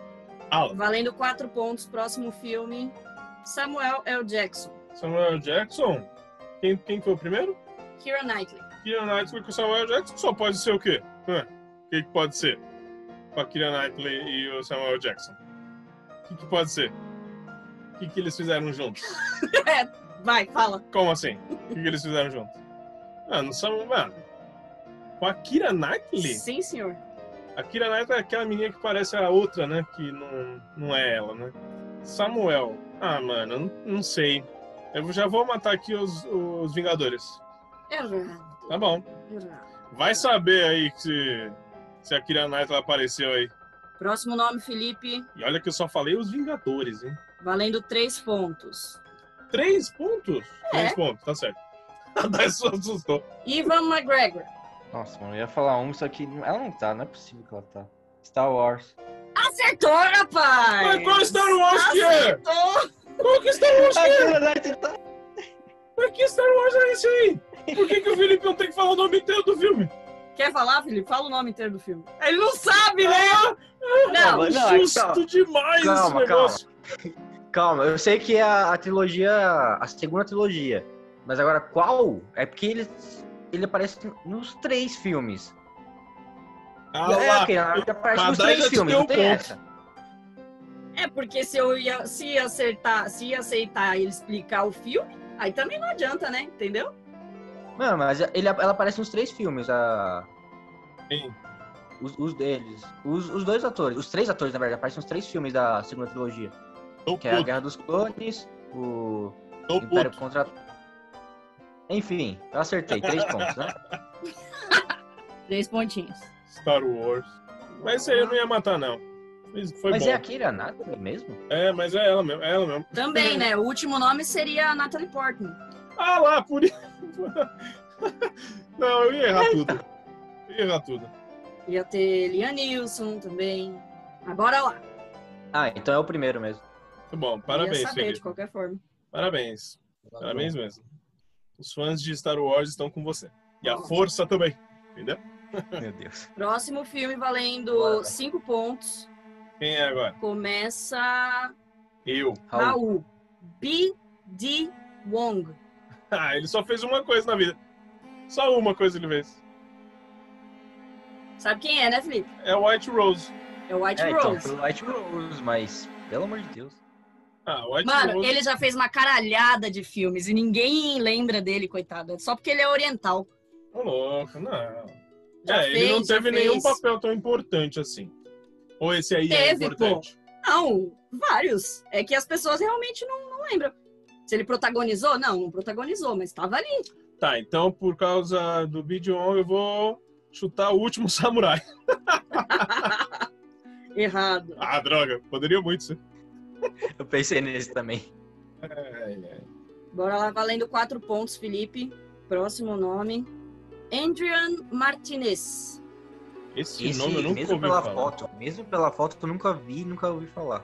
Alan. Valendo quatro pontos, próximo filme. Samuel L. Jackson. Samuel Jackson. Quem, quem foi o primeiro? Keira Knightley. Keira Knightley com o Samuel Jackson. Só pode ser o quê? Hã? O que, que pode ser? Com a Keira Knightley e o Samuel Jackson. O que, que pode ser? O que, que eles fizeram juntos? É, vai, fala. Como assim? O que, que eles fizeram juntos? Ah, não são. Mano. Com a Keira Knightley? Sim, senhor. A Keira Knightley é aquela menina que parece a outra, né? Que não, não é ela, né? Samuel. Ah, mano, eu não, não sei. Eu já vou matar aqui os, os Vingadores. Errado. Tá bom. Errado. Vai saber aí se, se a Keira Knightley apareceu aí. Próximo nome, Felipe. E olha que eu só falei os Vingadores, hein? Valendo três pontos. Três pontos? É. Três pontos, tá certo. A Dai só assustou. Ivan McGregor. Nossa, mano, eu ia falar um, só que ela não tá, não é possível que ela tá. Star Wars. Acertou, rapaz! Mas qual Star Wars que é? Acertou! Qual que Star Wars que é? Knightley tá. Mas que Star Wars é esse aí? Por que, que o Felipe não tem que falar o nome inteiro do filme? Quer falar, Felipe? Fala o nome inteiro do filme. Ele não sabe, né? Ah, Não. mas não, é justo calma. demais Calma, esse negócio. Calma, eu sei que é a, a trilogia, a segunda trilogia. Mas agora qual? É porque ele, ele aparece nos três filmes. Ah, é, lá. ok, ele aparece Mas nos daí três já te filmes, deu não tem ponto. essa. É porque se eu ia, se ia acertar, se ia aceitar ele explicar o filme, aí também não adianta, né? Entendeu? Não, mas ele, ela aparece nos três filmes, a, Sim. os, os deles. Os, os dois atores, os três atores, na verdade, aparecem nos três filmes da segunda trilogia. Tô Que é a puto. Guerra dos Clones, o Tô Império puto. contra... Enfim, eu acertei, três pontos, né? Três pontinhos. Star Wars. Mas isso aí eu não ia matar, não. Mas Foi Mas bom. é a Keira Knightley mesmo? É, mas é ela mesmo. É ela mesmo. Também, né? O último nome seria Natalie Portman. Ah lá, por isso. Não, eu ia errar tudo. Eu ia errar tudo. Ia ter Liam Neeson também. Mas bora lá. Ah, então é o primeiro mesmo. Muito bom. Ia Parabéns, saber, de Felipe. qualquer forma. Parabéns. Parabéns mesmo. Os fãs de Star Wars estão com você. E a força também. Entendeu? Meu Deus. Próximo filme valendo Bora, vai. cinco pontos. Quem é agora? Começa Eu. Raul. Raul. B D Wong. Ah, ele só fez uma coisa na vida. Só uma coisa ele fez. Sabe quem é, né, Felipe? É o White Rose. É o White É, então, Rose. foi o White Rose, mas, pelo amor de Deus. Ah, o White Mano, Rose. ele já fez uma caralhada de filmes e ninguém lembra dele, coitado. É só porque ele é oriental. Ô, louco, não. Já é, fez, ele não já teve nenhum fez. papel tão importante assim. Ou esse aí é Teve, importante? Não, vários. É que as pessoas realmente não, não lembram. Se ele protagonizou? Não, não protagonizou, mas tava ali. Tá, então por causa do Bidion eu vou chutar o Último Samurai. Errado. Ah, droga, poderia muito ser. Eu pensei nesse também. É, é. Bora lá, valendo quatro pontos, Felipe. Próximo nome. Adrian Martinez. Esse, Esse, nome eu nunca mesmo ouvi pela falar. foto, mesmo pela foto, eu nunca vi, nunca ouvi falar.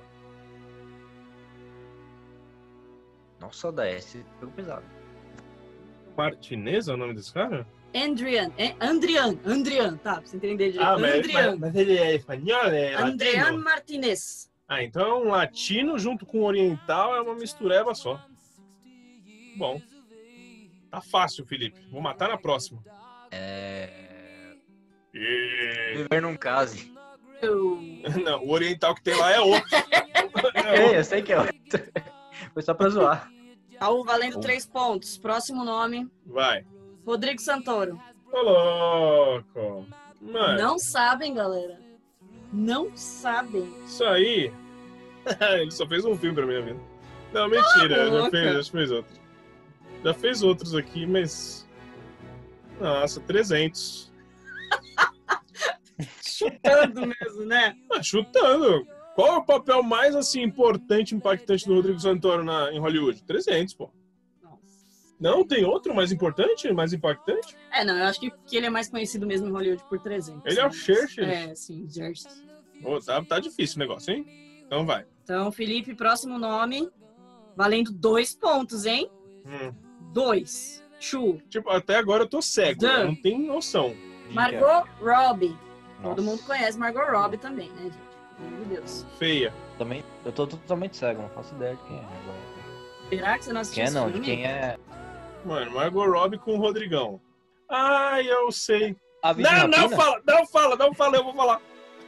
Nossa, da S, pegou pesado. Martinez é o nome desse cara? Andrian, é Andrian, Andrian, tá, pra você entender direito. Ah, mas, Andrian, mas, mas ele é espanhol, é Andrian latino? Martinez. Ah, então um latino junto com um oriental é uma mistureba só. Bom. Tá fácil, Felipe. Vou matar na próxima. É... E... Viver num case. Eu- Não, o oriental que tem lá é outro. É É, outro. eu sei que é outro. Foi só pra zoar. Raul, valendo três pontos. Próximo nome, Vai. Rodrigo Santoro. Ô, louco. Mano, Não sabem, galera. Não sabem. isso aí... Ele só fez um filme pra minha vida. Não, mentira. já louca. fez, já fez outros. Já fez outros aqui, mas... Nossa, trezentos. Chutando mesmo, né? Ah, chutando. Qual é o papel mais, assim, importante, impactante do Rodrigo Santoro na, em Hollywood? trezentos, pô. Nossa. Não tem outro mais importante, mais impactante? É, não, eu acho que, que ele é mais conhecido mesmo em Hollywood por trezentos. Ele é o Churchill. É, sim, Xerxes. Ô, tá, tá difícil o negócio, hein? Então vai. Então, Felipe, próximo nome, valendo dois pontos, hein? Hum. Dois. Chu. Tipo, até agora eu tô cego, Dan. eu não tenho noção. Margot Robbie. Todo Nossa. mundo conhece Margot Robbie também, né, gente? Meu Deus. Feia. Também, eu tô totalmente cego, não faço ideia de quem é agora. Será que você não assistiu Quem é esse não, de filme? quem é... Mano, Margot Robbie com o Rodrigão. Ai, eu sei. Aves de Não, não Rapina? fala, não fala, não fala, eu vou falar.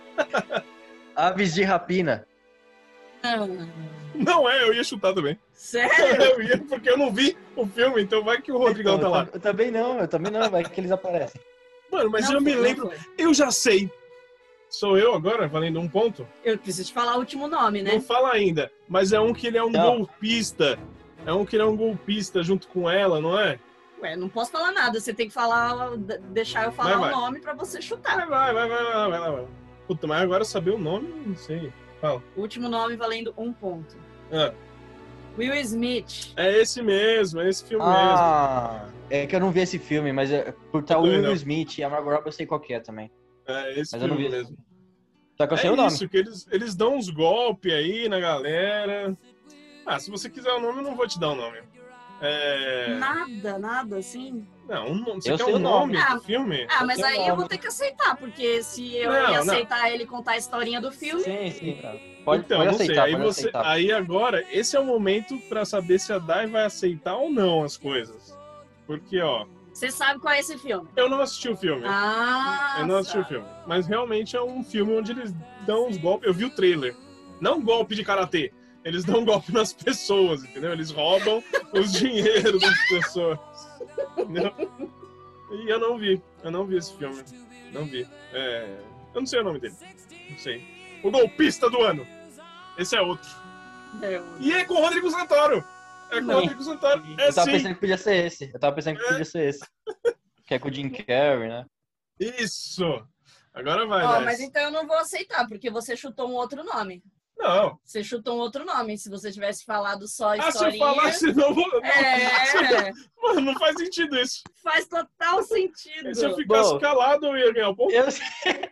Aves de Rapina. Ah, Não é, eu ia chutar também. sério? Eu ia, porque eu não vi o filme, então vai que o Rodrigão Então, tá eu, lá. tam- eu também não, eu também não, vai que eles aparecem. Mano, mas Não eu me foi, não lembro, foi. eu já sei. Sou eu agora, valendo um ponto? Eu preciso te falar o último nome, né? Não fala ainda, mas é um que ele é um Não. golpista. É um que ele é um golpista junto com ela, não é? Ué, não posso falar nada. Você tem que falar, d- deixar eu falar Vai, o vai. nome pra você chutar. Vai, vai, vai, vai, vai, vai, vai, vai. Puta, mas agora saber o nome, não sei. Fala. Último nome valendo um ponto. Ah, Will Smith. é esse mesmo, é esse filme mesmo. Ah, é que eu não vi esse filme, mas é- por estar o também Will não. Smith e a Margot Robbie eu sei qual que é também. É esse Mas eu não filme vi. mesmo. Só que eu sei É o nome. isso, que eles, eles dão uns golpes aí na galera. Ah, se você quiser o nome, eu não vou te dar o nome. É... Nada, nada, assim. Não, um nome. Você Eu quer sei o o nome nome. do filme? Ah, mas sei o aí eu nome. vou ter que aceitar, porque se eu Não, ia não. aceitar ele contar a historinha do filme, Sim, sim. Pode, então, pode não aceitar, sei. Aí, pode você, aceitar. aí agora, esse é o momento pra saber se a Dai vai aceitar ou não as coisas. Porque, ó, você sabe qual é esse filme. eu não assisti o filme. Ah, eu não assisti o filme. Mas realmente é um filme onde eles dão uns golpes. Eu vi o trailer. Não golpe de karatê. Eles dão golpe nas pessoas, entendeu? Eles roubam os dinheiros das pessoas. Entendeu? E eu não vi. Eu não vi esse filme. Não vi. É... Eu não sei o nome dele. Não sei. O golpista do ano. Esse é outro. É, E é com o Rodrigo Santoro. É com o Não. Rodrigo Santoro. É Eu tava sim. pensando que podia ser esse. Eu tava pensando que É. podia ser esse. Que é com o Jim Carrey, né? Isso. Agora vai, Ó, Dai. mas então eu não vou aceitar, porque você chutou um outro nome. Não. Você chutou um outro nome. Se você tivesse falado só a Ah, se eu historinha... falasse, não vou... não. É, Mano, não faz sentido isso. faz total sentido. Se eu ficasse Bom. calado, eu ia ganhar o ponto. Eu, Se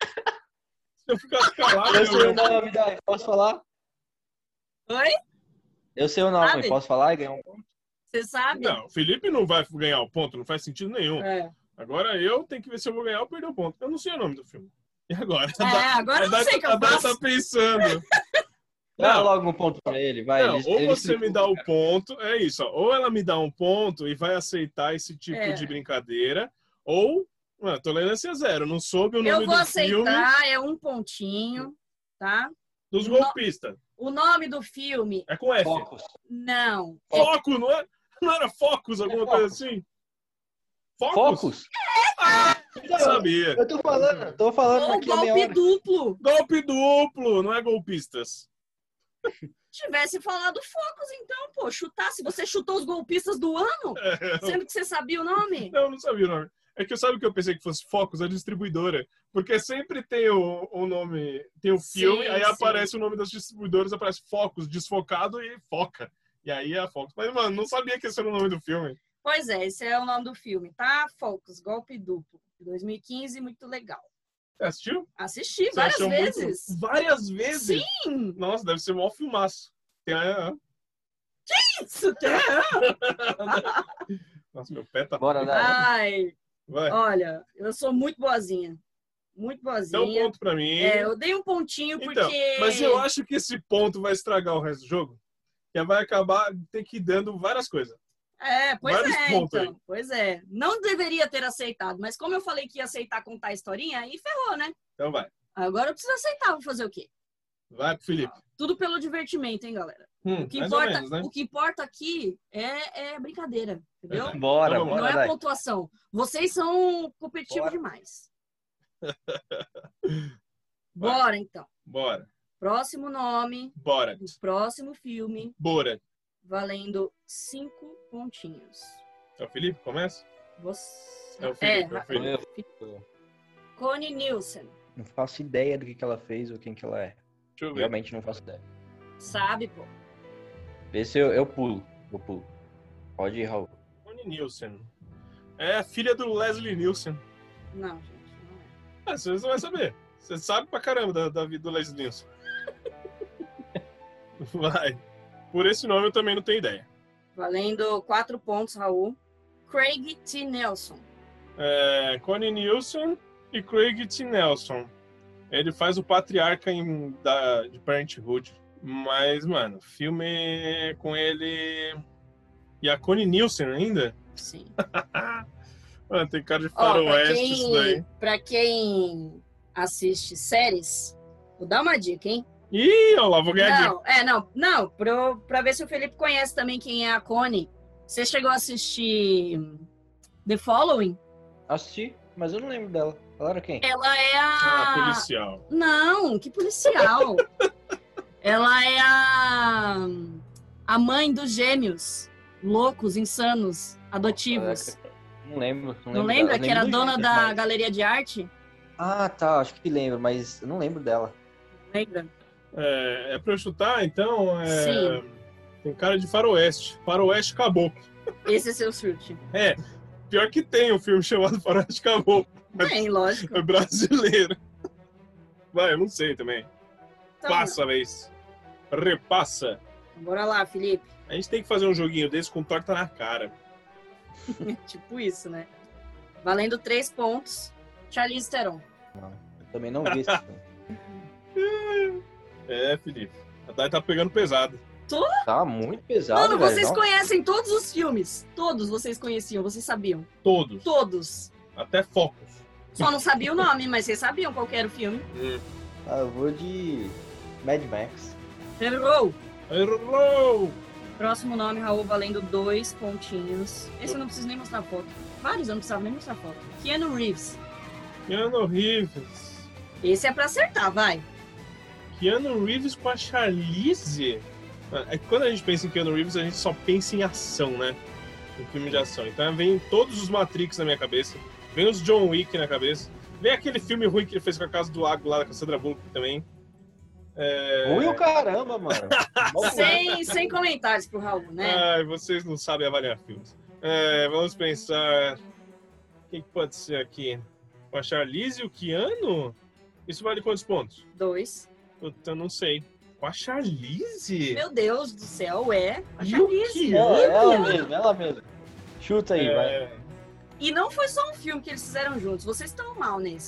eu ficasse calado, eu eu ia sei ganhar o o ponto. nome, Dai. Posso falar? Oi? Eu sei o nome. Sabe? Posso falar e ganhar um ponto? Você sabe? Não, o Felipe não vai ganhar o ponto, não faz sentido nenhum. É. Agora eu tenho que ver se eu vou ganhar ou perder o ponto. Eu não sei o nome do filme. E agora? É, agora eu não sei o que eu A Dai faço. tá pensando. Dá Não. logo um ponto pra ele, vai. Não, ele, ou ele você explicou, me dá o cara. ponto, é isso, ó, ou ela me dá um ponto e vai aceitar esse tipo É. de brincadeira, ou, mano, tolerância zero, não soube o nome Eu vou do filme aceitar, é um pontinho, tá? dos No- golpistas. O nome do filme, É com F. Focus. não. Foco, não, é, não era Focus, alguma É coisa Focus. assim? Focus? Focus? Não sabia. Eu tô falando, tô falando Ou aqui a meia golpe hora. duplo. Golpe duplo, não é golpistas. Tivesse falado Focus, então, pô, chutar. Se você chutou os golpistas do ano, É, sendo que você sabia o nome. não, não sabia o nome. É que eu sabe que eu pensei que fosse Focus, a distribuidora. Porque sempre tem o, o nome, tem o filme, Sim, aí sim. aparece o nome das distribuidoras, aparece Focus, desfocado e foca. E aí é a Focus. Mas, mano, não sabia que esse era o nome do filme. Pois é, esse é o nome do filme, tá? Focus, golpe duplo. de dois mil e quinze, muito legal. Você assistiu? Assisti Você várias achou muito- vezes. Várias vezes? Sim! Nossa, deve ser mó filmaço. Tem a... Isso, Nossa, meu pé tá... Bora, Dai. Ai, Vai. olha, eu sou muito boazinha. Muito Dá um boazinha. ponto pra mim. É, eu dei um pontinho porque... Então, mas eu acho que esse ponto vai estragar o resto do jogo. Que vai acabar ter que ir dando várias coisas. É, pois vários é, pontos então. Pois é. Não deveria ter aceitado, mas como eu falei que ia aceitar contar a historinha, aí ferrou, né? Então vai. Agora eu preciso aceitar, vou fazer o quê? Vai pro Felipe. Tudo pelo divertimento, hein, galera? Hum, O que, mais ou importa, menos, né? o que importa aqui é, é brincadeira, entendeu? Bora, Então, vamos Não bora, é a Dai. pontuação. Vocês são competitivos Bora. demais. Bora, então. Bora. Próximo nome Bora. do próximo filme, Bora. valendo cinco pontinhos. É o Felipe? Começa? Você... É o Felipe, é o Felipe. Connie Nielsen. Não faço ideia do que, que ela fez ou quem que ela é. Deixa eu ver. Realmente não faço ideia. Sabe, pô. Esse eu, eu pulo. Eu pulo. Pode ir, Raul. Connie Nielsen. É a filha do Leslie Nielsen. Não, gente, não é. Ah, você não vai saber. Você sabe pra caramba da, da vida do Leslie Nielsen. Vai. Por esse nome eu também não tenho ideia. Valendo quatro pontos, Raul. Craig T. Nelson. É, Connie Nielsen e Craig T. Nelson. Ele faz o patriarca em, da, de Parenthood. Mas, mano, filme com ele e a Connie Nielsen ainda? Sim. Mano, tem cara de Ó, pra faroeste isso daí. quem, pra quem assiste séries, vou dar uma dica, hein? Ih, olha lá, vou ganhar dica. Não, é, não, não, pro, pra ver se o Felipe conhece também quem é a Connie. Você chegou a assistir The Following? Assisti, mas eu não lembro dela. Ela era quem? Ela é Ah, a... policial. Não, que policial. Ela é a... a mãe dos gêmeos loucos, insanos, adotivos. Não lembro. Não, Não lembro lembra dela. que era Lembro do dona gênero, da mas- galeria de arte? Ah, tá. Acho que lembro, mas eu não lembro dela. Lembra? É, é pra eu chutar, então? É... Sim. Tem cara de faroeste. Faroeste Caboclo. Esse é seu chute. É, pior que tem um filme chamado Faroeste Caboclo. Mas Tem, lógico. é brasileiro. Vai, eu não sei também. Então, Passa a vez. Repassa. bora lá, Felipe. A gente tem que fazer um joguinho desse com torta na cara. Tipo isso, né? Valendo três pontos. Charlize Theron. Não, eu também não vi esse filme. É, Felipe. A Dai tá pegando pesado. Tá muito pesado, Mano, velho. vocês Não- conhecem todos os filmes. Todos vocês conheciam, vocês sabiam. Todos. Todos. Até Focus. Só não sabia o nome, mas vocês sabiam qual que era o filme. Hum. Ah, eu vou de Mad Max. Errou. Errou! Próximo nome, Raul, valendo dois pontinhos. Esse eu não preciso nem mostrar foto. Vários eu não precisava nem mostrar foto. Keanu Reeves. Keanu Reeves. Esse é pra acertar, vai. Keanu Reeves com a Charlize? É que quando a gente pensa em Keanu Reeves, a gente só pensa em ação, né? Em filme de ação. Então vem todos os Matrix na minha cabeça. Vem os John Wick na cabeça. Vem aquele filme ruim que ele fez com a Casa do Lago lá da Cassandra Bullock também. É... Ruim o caramba, mano. Sem, sem comentários pro Raul, né? Ai, vocês não sabem avaliar filmes. É, vamos pensar... Quem que pode ser aqui? Com a Charlize e o Keanu? Isso vale quantos pontos? Dois. Puta, eu não sei. Com a Charlize? Meu Deus do céu, é a E o Charlize. Keanu? Ela, ela mesma, ela mesma. Chuta aí, vai. É... E não foi só um filme que eles fizeram juntos. Vocês estão mal nesse.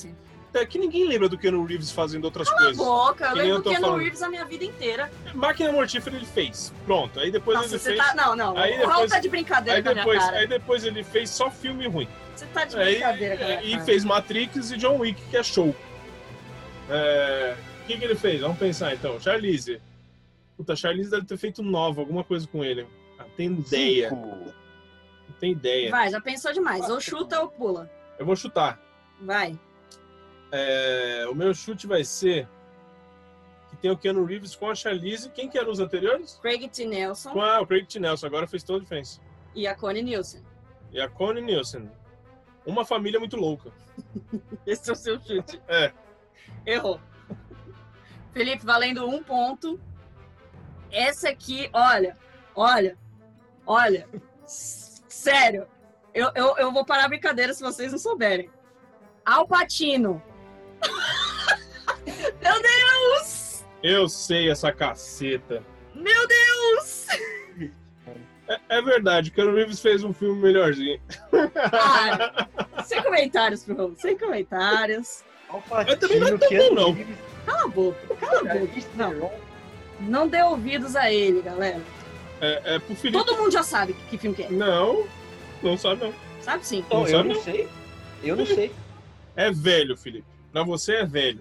É que ninguém lembra do Keanu Reeves fazendo outras Cala coisas. a boca, eu Que nem lembro eu tô do Keanu falando. Reeves a minha vida inteira. Máquina Mortífera ele fez. Pronto. Aí depois Nossa, ele você fez. tá... Não, não, Aí o Raul depois- tá de brincadeira Aí com a minha depois, cara. aí depois ele fez só filme ruim. Você tá de Aí, brincadeira com a minha e cara. fez Matrix e John Wick, que é show. É, O que, que ele fez? Vamos pensar então. Charlize. Puta, Charlize deve ter feito nova, alguma coisa com ele. Ah, tem ideia. Cinco. Não tem ideia. Vai, já pensou demais. Ou chuta ou pula. Eu vou chutar. Vai. É, o meu chute vai ser que tem o Keanu Reeves com a Charlize. Quem que eram os anteriores? Craig T. Nelson Com a, o Craig T. Nelson. Agora fez toda a diferença. e a Connie Nielsen. E a Connie Nielsen. Uma família muito louca. Esse é o seu chute. É. Errou. Felipe, valendo um ponto. Essa aqui, olha, olha, olha. S- Sério. Eu, eu, eu vou parar a brincadeira se vocês não souberem. Al Pacino. Meu Deus! Eu sei essa caceta. Meu Deus! É, é verdade, o Keanu Reeves fez um filme melhorzinho. Ah, sem comentários, por favor. Sem comentários. Mas também não é tão bom, não. Cala a boca, cala a boca. Não, não dê ouvidos a ele, galera. É, é pro Felipe. Todo mundo já sabe que, que filme que é. Não, não sabe não. Sabe sim. Não eu sabe, não não? sei. Eu não sei. É velho, Felipe. Pra você é velho.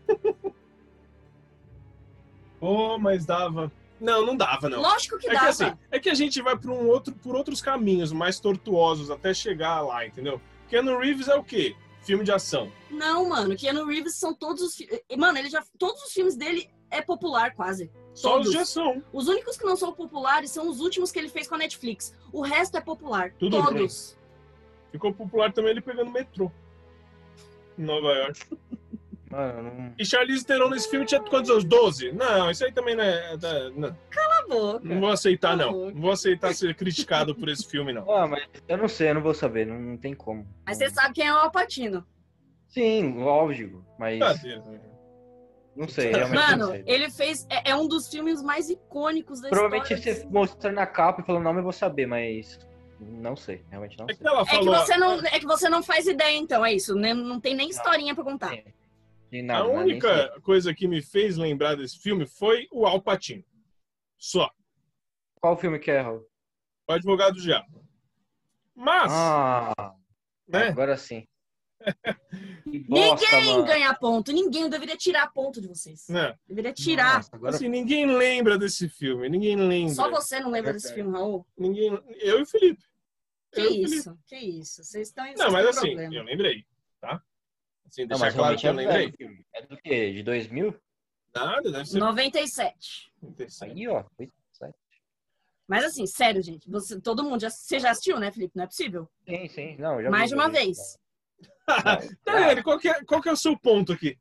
Oh, mas dava. Não, não dava, não. Lógico que É que dava. assim, é que a gente vai por um outro, por outros caminhos mais tortuosos até chegar lá, entendeu? Keanu Reeves é o quê? Filme de ação. Não, mano, Keanu Reeves são todos os filmes. Mano, ele já. Todos os filmes dele é popular, quase. Só Todos. os de ação. Os únicos que não são populares são os últimos que ele fez com a Netflix. O resto é popular. Tudo todos. Ficou popular também ele pegando metrô. Em Nova York. Mano, não... E Charlize Theron nesse filme tinha quantos anos? doze? Não, isso aí também não é. Não, Cala a boca. não vou aceitar, Tá não. louco. Não vou aceitar ser criticado por esse filme, não. Ah, mas eu não sei, eu não vou saber, não, não tem como. Mas você sabe quem é o Al Pacino. Sim, óbvio, mas Brincadeira. não sei, realmente não Mano, sei. ele fez. É, é um dos filmes mais icônicos da Provavelmente história. se você mostrar na capa e falar o nome eu vou saber, mas não sei, realmente não É sei. que ela É que, falou. você não, é que você não faz ideia, então, é isso. né? Não tem nem Não. historinha pra contar. Sim. Nem A nada, né? Nem sei. única coisa que me fez lembrar desse filme foi o Al Pacino. Só. Qual filme que é, Raul? O Advogado do Diabo. Mas, Ah, né? agora sim. Que bosta, Ninguém mano. ganha ponto. Ninguém. Eu deveria tirar ponto de vocês. né? Deveria tirar. Nossa, agora... Assim, ninguém lembra desse filme. Ninguém lembra. Só você não lembra É desse verdade. filme, Raul? Ninguém... Eu e o Felipe. Que Eu e o Felipe. isso? Que isso? Vocês estão em Não, mas assim, problema. eu lembrei, tá? Assim, Não, deixar mas claro realmente que eu é lembrei. velho o filme. É do quê? De dois mil? Nada, deve ser. noventa e sete. Aí, ó. Sim, Mas assim, sério, gente. Você, todo mundo já, você já assistiu, né, Felipe? Não é possível. sim. Não, eu já Mais vi, de uma já vi. vez. Tá, ele, qual, que é, qual que é o seu ponto aqui?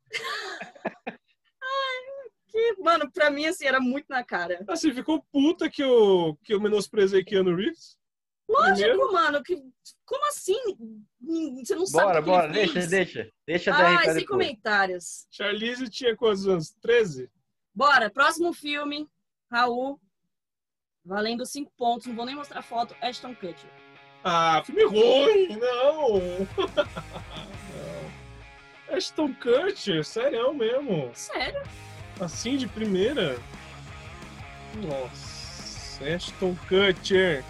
Que, mano, pra mim, assim, era muito na cara. Assim, ficou puta que eu, que eu menosprezei Keanu Reeves? Lógico, Primeiro. mano. Que, como assim? Você não sabe Bora, o que bora, ele deixa, fez? deixa. Deixa a Ai, D R P sem depois. comentários. Charlize tinha quantos anos? treze? Bora, próximo filme. Raul. Valendo cinco pontos. Não vou nem mostrar foto. Ashton Kutcher. Ah, filme ruim, não. não. Ashton Kutcher, sério mesmo. Sério? Assim de primeira? Nossa, Ashton Kutcher.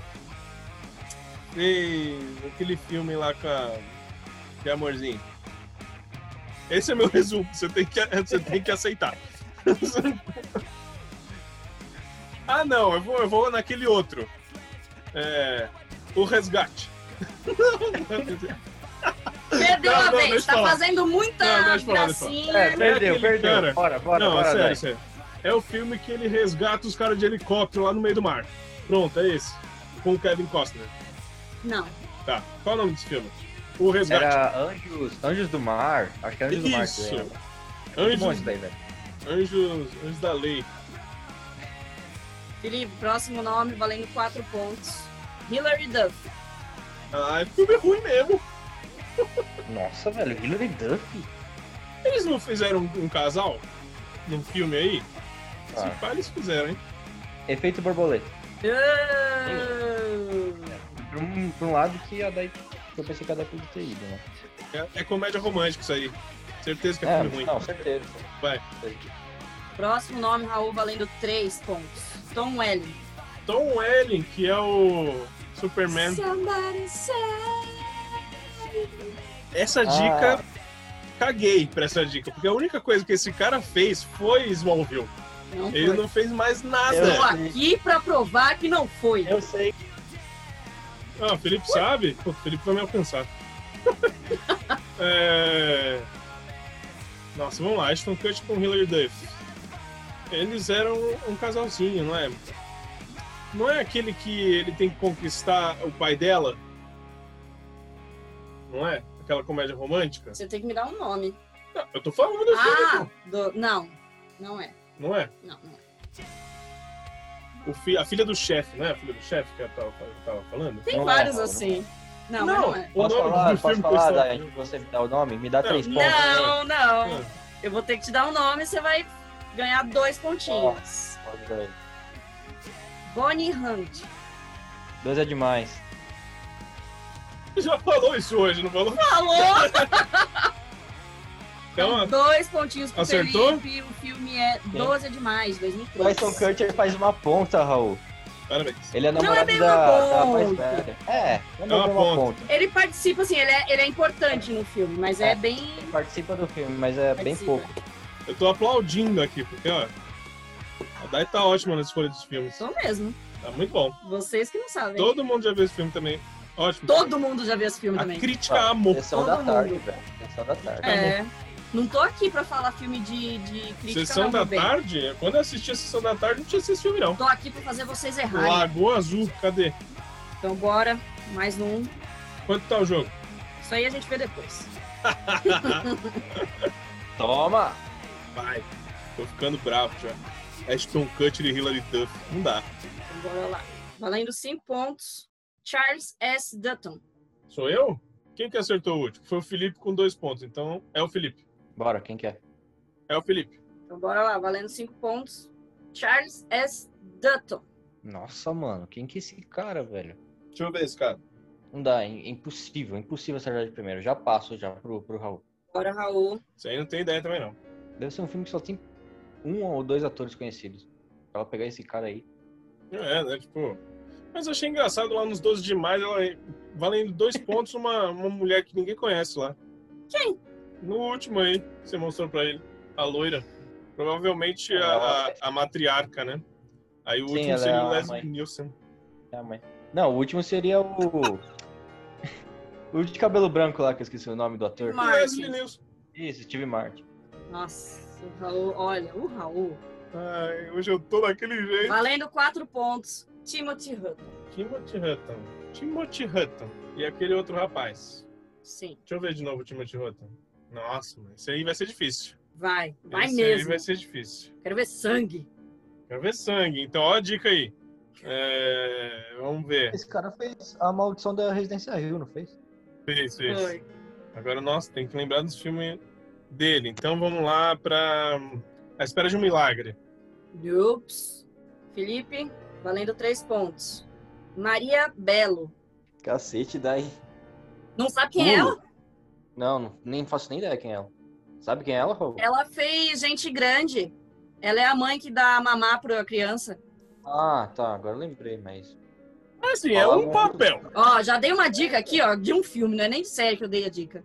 Fez aquele filme lá com a... Que amorzinho. Esse é meu resumo, você tem que, você tem que aceitar. Ah, não, eu vou, eu vou naquele outro. É, o Resgate. Perdeu Não, a não, vez. deixa eu Tá falar. fazendo muita Não, deixa eu falar, deixa eu gracinha. É, perdeu, aquele perdeu. cara- Bora, bora, Não, bora, sério, Dai. sério. É o filme que ele resgata os caras de helicóptero lá no meio do mar. Pronto, é esse. Com o Kevin Costner. Não. Tá, qual é o nome desse filme? O Resgate. Era Anjos, Anjos do Mar. Acho que é Anjos do Mar. Isso. Que lembra. Muito bom Anjos, isso daí, velho. Anjos, Anjos da Lei. Felipe, próximo nome, valendo quatro pontos. Hilary Duff. Ah, é filme ruim mesmo. Nossa, velho, Hilary Duff. Eles não fizeram um, um casal num filme aí? Ah. Se pá, eles fizeram, hein? Efeito borboleta. Ah! Por um, por um lado que a Dai que eu pensei que era daquele ter ido, né? É, é comédia romântica isso aí. Certeza que é, É, filme ruim. não, certeza. Vai. Próximo nome, Raul, valendo três pontos. Tom Welling. Tom Welling, que é o Superman. Somebody say. Essa dica, caguei pra essa dica, porque a única coisa que esse cara fez foi Smallville. Não Ele foi. não fez mais nada. Eu- Estou aqui pra provar que não foi. Eu sei. Ah, o Felipe sabe? Pô, o Felipe vai me alcançar. é... Nossa, vamos lá. Ashton Kutcher com Hilary Duff. Eles eram um casalzinho, não é? Não é aquele que ele tem que conquistar o pai dela? Não é? Aquela comédia romântica? Você tem que me dar um nome. Não, eu tô falando do filme, Ah, pô. do... não. Não é. Não é? Não, não é. O fi... A filha do chefe, não é? A filha do chefe que eu tava, eu tava falando? Tem Não vários é, não. assim. Não, Não. mas não é. O Posso nome falar? do Posso filme falar? que eu Daí estou- você me dá o nome? Me dá três pontos. Não, não. Ah. Eu vou ter que te dar um nome e você vai ganhar dois pontinhos. Pode dar aí. Bonnie Hunt. Dois é demais. Já falou isso hoje, não falou? Falou! Então, Dois pontinhos pro Acertou? Felipe. O filme é doze é demais, dois mil e O três. Ashton Kutcher faz uma ponta, Raul. parabéns. Ele é Não é namorado bem da, uma da mais ponta. velha. É, não é uma uma ponta. ponta. Ele participa, assim, ele é, ele é importante no filme, mas é, É. bem. Participa do filme, mas é bem Participa. pouco. Eu tô aplaudindo aqui, porque, ó, a Dai tá ótima na escolha dos filmes. Sou mesmo. Tá muito bom. Vocês que não sabem. Todo mundo já viu esse filme também. Ótimo. Todo mundo já viu esse filme A também. crítica Ah, amou. Sessão Todo da tarde, mundo. velho. Sessão da tarde. É. Não tô aqui pra falar filme de, de crítica, Sessão não, da meu bem. Tarde? Quando eu assisti a Sessão da Tarde, não tinha esse filme, não. Tô aqui pra fazer vocês errarem. Lagoa Azul, cadê? Então bora, mais um. Quanto tá o jogo? Isso aí a gente vê depois. Toma! Vai. Tô ficando bravo já. Ashton Kutcher e Hilary Duff. Não dá. Então bora lá. Valendo cinco pontos. Charles S. Dutton. Sou eu? Quem que acertou o último? Foi o Felipe com dois pontos. Então, é o Felipe. Bora, quem quer? É o Felipe. Então bora lá, valendo cinco pontos. Charles S. Dutton. Nossa, mano, quem que é esse cara, velho? Deixa eu ver esse cara. Não dá, é impossível, impossível acertar de primeiro. Já passo já pro, pro Raul. Bora, Raul. Isso aí não tem ideia também, não. Deve ser um filme que só tem um ou dois atores conhecidos. Pra ela pegar esse cara aí. É, né? Tipo. Mas eu achei engraçado lá nos doze demais, ela valendo dois pontos, uma, uma mulher que ninguém conhece lá. Quem? No último aí, que você mostrou pra ele. A loira. Provavelmente a, Ela- a, a matriarca, né? Aí o Sim, último ela seria é o a Leslie mãe. Nielsen. É a mãe. Não, o último seria o. O de cabelo branco lá, que eu esqueci o nome do ator. Martin. Leslie Nielsen. Isso, Steve Martin. Nossa, o Raul, olha, o Raul. Ai, hoje eu tô daquele jeito. Valendo quatro pontos. Timothy Hutton. Timothy Hutton. Timothy Hutton. E aquele outro rapaz. Sim, Deixa eu ver de novo o Timothy Hutton. Nossa, mano, esse aí vai ser difícil. vai. Vai esse aí mesmo. vai ser difícil. Quero ver sangue. Quero ver sangue. Então, ó a dica aí. É, vamos ver. Esse cara fez a maldição da Residência Rio, não fez? Fez, fez. Foi. Agora, nossa, tem que lembrar dos filmes dele. Então, vamos lá pra A Espera de um Milagre. Ups. Felipe, valendo três pontos. Maria Belo. Cacete, daí. Não sabe quem é ela? Não, não, nem faço nem ideia quem é ela. Sabe quem é ela, Raul? Ela fez Gente Grande. Ela é a mãe que dá mamar pra criança. Ah, tá, agora eu lembrei, mas. Assim, é Fala um muito. papel. Ó, já dei uma dica aqui, ó, de um filme, não é nem de série que eu dei a dica.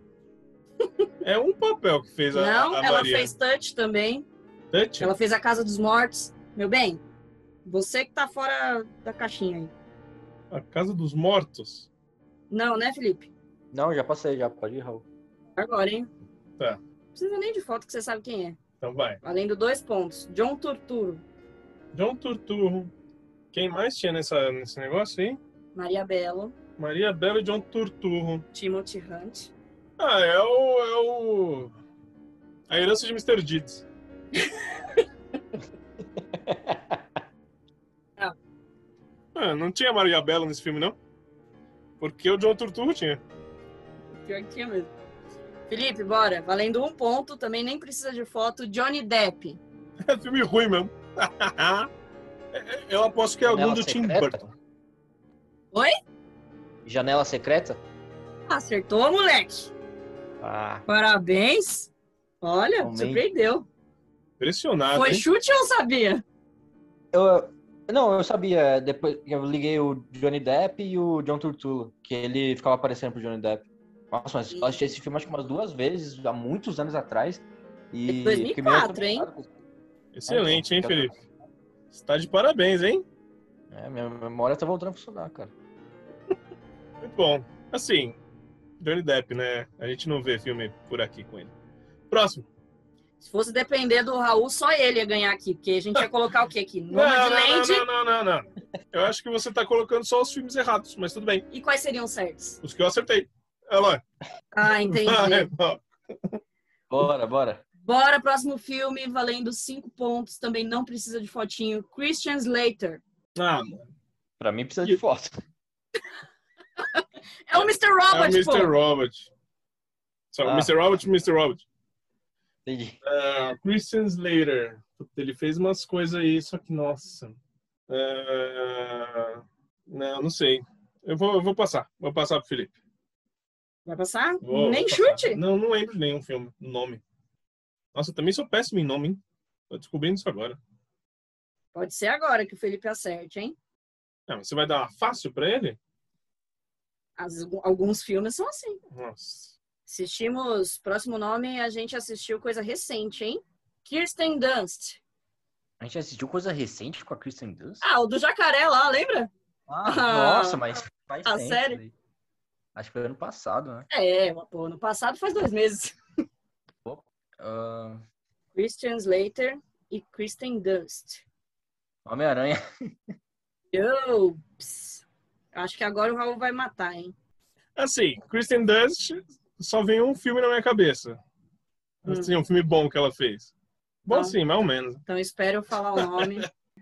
É um papel que fez a, Não, a ela Maria. fez Touch também. Touch? Ela fez A Casa dos Mortos. Meu bem, você que tá fora da caixinha aí. A Casa dos Mortos. Não, né, Felipe? Não, já passei, já. Pode ir, Raul. Agora, hein? Tá. Não precisa nem de foto que você sabe quem é. Então vai. Valendo dois pontos. John Turturro. John Turturro. Quem mais tinha nessa, nesse negócio aí? Maria Belo. Maria Bela e John Turturro. Timothy Hunt. Ah, é o... É o... A Herança de mister Deeds. Não. Ah, não tinha Maria Bela nesse filme, não? Porque o John Turturro tinha. Pior que tinha mesmo. Felipe, bora. Valendo um ponto. Também nem precisa de foto. Johnny Depp. É filme ruim mesmo. Eu aposto que é algum Janela do Tim Secreta? Burton. Oi? Janela Secreta? Acertou, moleque. Ah, Parabéns. Olha, Realmente. surpreendeu. Impressionado, Foi hein? chute ou sabia? eu, não, eu sabia, depois que eu liguei o Johnny Depp e o John Turturro, que ele ficava aparecendo pro Johnny Depp. Nossa, mas eu assisti esse filme acho que umas duas vezes, há muitos anos atrás. E dois mil e fiquei meio quatro, hein? atormentado. Excelente, É, hein, então, Felipe? Você tá de parabéns, hein? É, minha memória tá voltando a funcionar, cara. Muito bom. Assim, Johnny Depp, né? A gente não vê filme por aqui com ele. Próximo. Se fosse depender do Raul, só ele ia ganhar aqui, porque a gente ia colocar o quê aqui? Não, Nomadland. não, não, não, não, não. Eu acho que você tá colocando só os filmes errados, mas tudo bem. E quais seriam certos? Os que eu acertei. Olha lá. Ah, entendi. Vai, ó. Bora, bora. Bora, próximo filme, valendo cinco pontos. Também não precisa de fotinho. Christian Slater. Ah, mano. Pra mim precisa de foto. É o mister É o Robert, mister pô. Robert. Só, o Ah. mister Robert e o mister Robert. Entendi. Uh, Christian Slater. Ele fez umas coisas aí, só que, nossa. Uh, não, não sei. Eu vou, eu vou passar. Vou passar pro Felipe. Vai passar? Vou, Nem vou passar. chute? Não, não lembro de nenhum filme, nome. Nossa, eu também sou péssimo em nome, hein? Tô descobrindo isso agora. Pode ser agora que o Felipe acerte, hein? Ah, mas você vai dar uma fácil pra ele? As- alguns filmes são assim. Nossa. Assistimos, próximo nome, a gente assistiu coisa recente, hein? Kirsten Dunst. A gente assistiu coisa recente com a Kristen Dunst? Ah, o do jacaré lá, lembra? Ah, Ah, nossa, mas faz a tempo. série? daí. Acho que foi ano passado, né? É, pô, no passado faz dois meses. Ah, Christian Slater e Kristen Dunst. Homem-Aranha. Ops. Acho que agora o Raul vai matar, hein? Assim, Kristen Dunst só vem um filme na minha cabeça. Assim, Hum. um filme bom que ela fez. Bom, Não. sim, mais ou menos. Então espero eu falar o nome.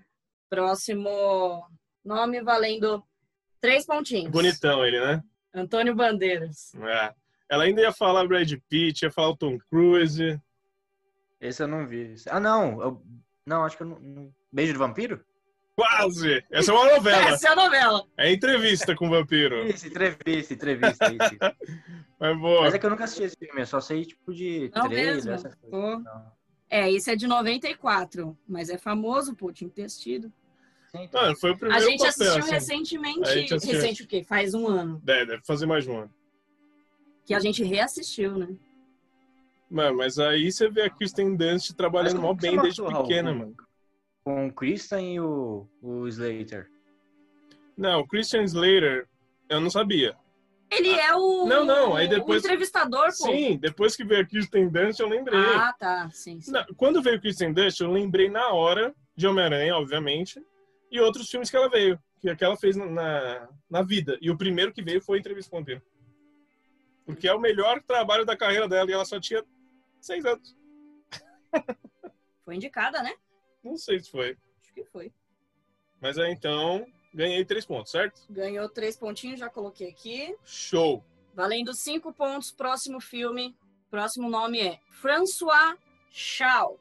Próximo nome valendo três pontinhos. Bonitão ele, né? Antônio Bandeiras. É. Ela ainda ia falar Brad Pitt, ia falar o Tom Cruise. Esse eu não vi. Ah, não. Eu... Não, acho que eu não... não- Beijo de Vampiro? Quase! Essa é uma novela. Essa é a novela. É entrevista com o vampiro. Isso, entrevista, entrevista. Isso. Mas boa. Mas é que eu nunca assisti esse filme, eu só sei, tipo, de Não trailer, mesmo. essas coisas. Pô. Não. É, esse é de noventa e quatro, mas é famoso, pô, tinha que ter assistido. Sim, então. Ah, foi o A primeiro gente papel, assistiu assim. recentemente. A gente assistiu. Recente o quê? Faz um ano. É, deve fazer mais de um ano. Que a gente reassistiu, né? Mano, mas aí você vê a Kristen Dunst trabalhando Mas mó como que bem você desde matou, Raul? pequena, mano. Com o Kristen e o, o Slater. Não, o Christian Slater, eu não sabia. Ele é o, Não, não, aí depois- o entrevistador, pô. Sim, depois que veio a Kristen Dunst, eu lembrei. Ah, tá. Sim, sim. Não, quando veio Kristen Dunst, eu lembrei na hora de Homem-Aranha, obviamente, e outros filmes que ela veio, que, que ela fez na- na, na vida. E o primeiro que veio foi Entrevista com o Vampiro. Porque é o melhor trabalho da carreira dela e ela só tinha seis anos. Foi indicada, né? Não sei se foi. Acho que foi. Mas aí então, ganhei três pontos, certo? Ganhou três pontinhos, já coloquei aqui. Show! Valendo cinco pontos, próximo filme. Próximo nome é François Chau.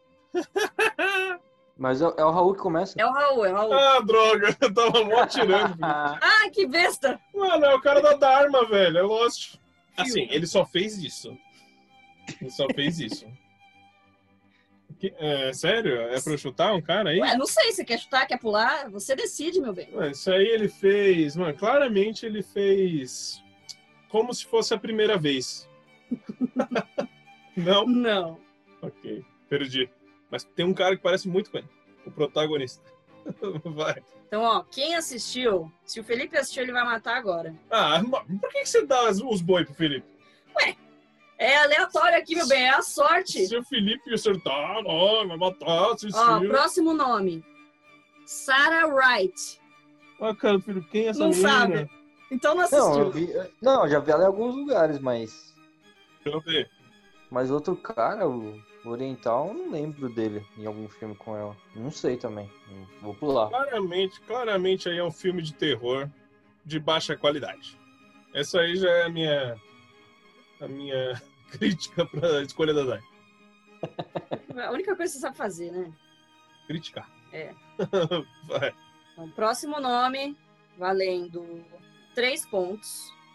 Mas é, é o Raul que começa. É o Raul, é o Raul. Ah, droga! Eu tava mó tirando. Ah, que besta! Mano, é o cara da Dharma, velho. É Lost. Assim, ele só fez isso. Ele só fez isso. Que- é, sério? É pra eu chutar um cara aí? Ué, não sei, você quer chutar, quer pular? Você decide, meu bem. Mano, isso aí ele fez... Mano, claramente ele fez... Como se fosse a primeira vez. Não? Não. Ok, perdi. Mas tem um cara que parece muito com ele. O protagonista. Vai. Então, ó, quem assistiu, se o Felipe assistiu, ele vai matar agora. Ah, ma- por que que você dá as- os boi pro Felipe? É aleatório aqui, meu bem, é a sorte. Se o Felipe acertar, ó, vai matar, Ó, assistiu. próximo nome. Sarah Wright. Ah, cara, filho, quem é essa Não menina? sabe. Então não Não, assistiu. eu vi, não, eu já vi ela em alguns lugares, mas. Deixa eu ver. Mas outro cara, o oriental, eu não lembro dele em algum filme com ela. Não sei também. Vou pular. Claramente, claramente aí é um filme de terror de baixa qualidade. Essa aí já é a minha, a minha crítica pra escolha da Dai. A única coisa que você sabe fazer, né? Criticar. É. Vai. Então, próximo nome, valendo três pontos.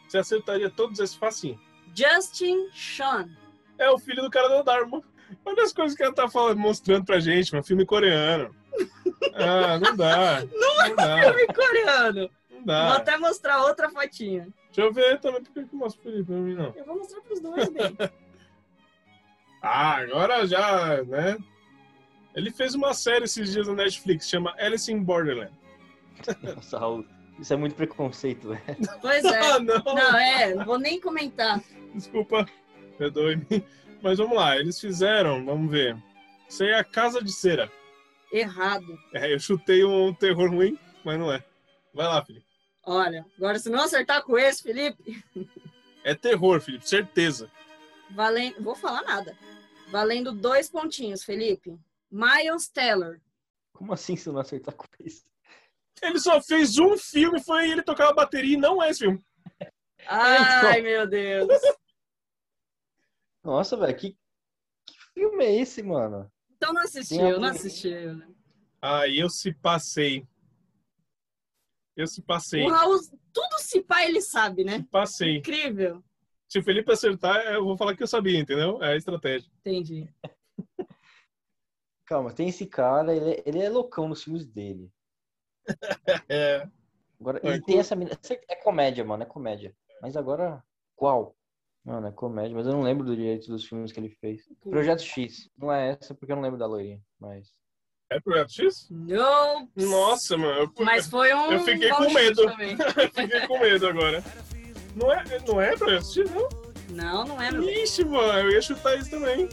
Você acertaria todos esses facinho. Justin Chon. É o filho do cara da Dharma. Olha as coisas que ela tá falando, mostrando pra gente, um filme coreano. Ah, não dá. Não é não dá. filme coreano. Não dá. Vou até mostrar outra fotinha. Deixa eu ver também, por que que mostra pra ele pra mim, não? Eu vou mostrar pros dois, bem. Ah, agora já, né? Ele fez uma série esses dias na Netflix, chama Alice in Borderland. Nossa, Raul, isso é muito preconceito, velho. Pois é. Ah, não. Não, é, não vou nem comentar. Desculpa, perdoe-me. Mas vamos lá, eles fizeram, vamos ver. Isso aí é A Casa de Cera. Errado. É, eu chutei um terror ruim, mas não é. Vai lá, Felipe. Olha, agora se não acertar com esse, Felipe, É terror, Felipe, certeza. valendo... Vou falar nada. Valendo dois pontinhos, Felipe. Miles Teller. Como assim se eu não acertar com isso? Ele só fez um filme, foi ele tocar a bateria e não é esse filme. Ai, meu Deus. Nossa, velho, que, que filme é esse, mano? Então não assistiu, não assistiu. Né? Ah, eu se passei. Eu se passei. O Raul, tudo se pá, ele sabe, né? Passei. Incrível. Se o Felipe acertar, eu vou falar que eu sabia, entendeu? É a estratégia. Entendi. Calma, tem esse cara, ele, é- ele é loucão nos filmes dele. É. Agora, É, e tem essa mina. É comédia, mano, é comédia. Mas agora, qual? Mano, é comédia, mas eu não lembro do direito dos filmes que ele fez. Projeto X. Não é essa porque eu não lembro da loirinha, mas. É Projeto X? Não. Nossa, mano. Eu, Mas foi um. eu fiquei bom com chute medo. também. eu fiquei com medo agora. Não é, não é Projeto X, não? Não, não é, meu bem. Ixi, mano, eu ia chutar isso também.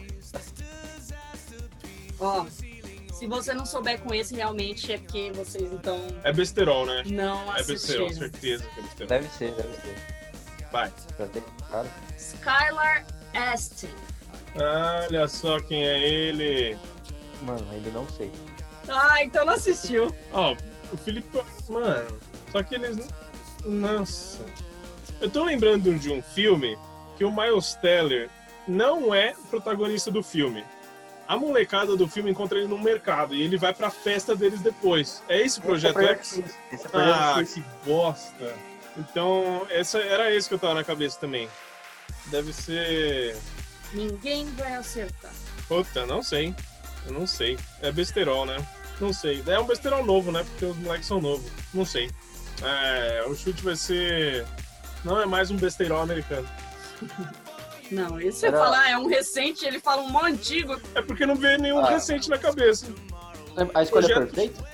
Ó, se você não souber com esse, realmente é porque vocês então É besterol, né? não É besterol, assistiram. certeza que é besterol. Deve ser, deve ser. Vai. Já tem cara. Skylar Astin. Olha só quem é ele. Mano, ainda não sei. Ah, então não assistiu. Ó, o Felipe... Mano, só que eles... Nossa. Eu tô lembrando de um filme que o Miles Teller não é o protagonista do filme. A molecada do filme encontra ele no mercado e ele vai pra festa deles depois. É esse Projeto X? Esse é Projeto Ah, X. que bosta. Então, essa, era esse que eu tava na cabeça também. Deve ser... Ninguém vai acertar. Puta, não sei. Eu não sei. É besterol, né? Não sei. É um besterol novo, né? Porque os moleques são novos. Não sei. É, o chute vai ser... Não é mais um besterol americano. Não, esse você Era- falar é um recente, ele fala um mó antigo. É porque não veio nenhum Ah. recente na cabeça. A escolha Projeto- perfeita?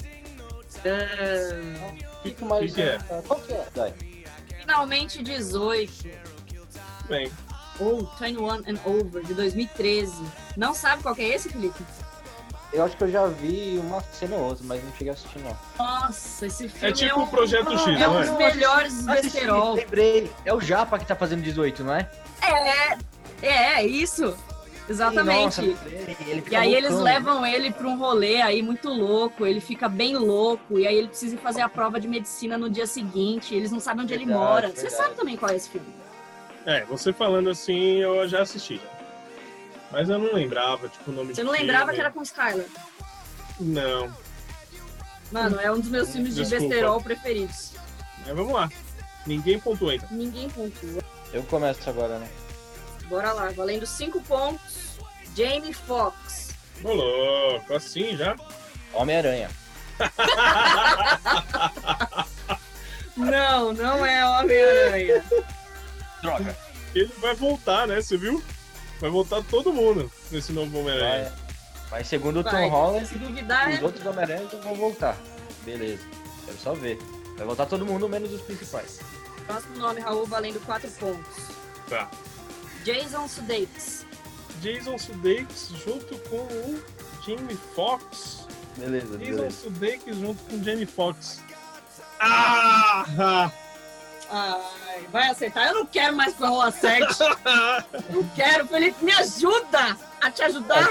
É... Fica mais. que é? Qual que é? Dai. Finalmente dezoito. Bem, Ou vinte e um and Over, de dois mil e treze. Não sabe qual que é esse, Felipe? Eu acho que eu já vi uma cena ou outra, mas não cheguei a assistir, não. Nossa, esse filme é tipo um, o Projeto X, é não um é? dos melhores Assisti, besterol. lembrei. É o Japa que tá fazendo dezoito, não é? É, é, é isso. Exatamente. Nossa, lembrei. Ele fica E aí eles loucão. levam ele para um rolê aí muito louco, ele fica bem louco, e aí ele precisa ir fazer a prova de medicina no dia seguinte, eles não sabem onde ele Verdade, mora. verdade. Você sabe também qual é esse filme? É, você falando assim, eu já assisti. Mas eu não lembrava, tipo, o nome Você do não lembrava filme. que era com Skylar? Não. Mano, é um dos meus filmes de Desculpa. besterol preferidos. Mas vamos lá. Ninguém pontua então. Ninguém pontua. Eu começo agora, né? Bora lá, valendo cinco pontos. Jamie Foxx. Ô, louco, assim já? Homem-Aranha. Não, não é Homem-Aranha. Droga. Ele vai voltar, né? Você viu? Vai voltar todo mundo nesse novo Homem-Aranha. Vai. Mas segundo o Tom Vai, Holland, se duvidar, os é... outros Homem-Aranha vão voltar. Beleza. Quero só ver. Vai voltar todo mundo, menos os principais. Próximo nome, Raul, valendo quatro pontos. Tá. Jason Sudeikis. Jason Sudeikis junto com o Jamie Foxx. Beleza, Jason beleza. Sudeikis junto com o Jamie Foxx. Ah! Ai, vai acertar? Eu não quero mais que o Raul acerte. Não quero, Felipe, me ajuda a te ajudar.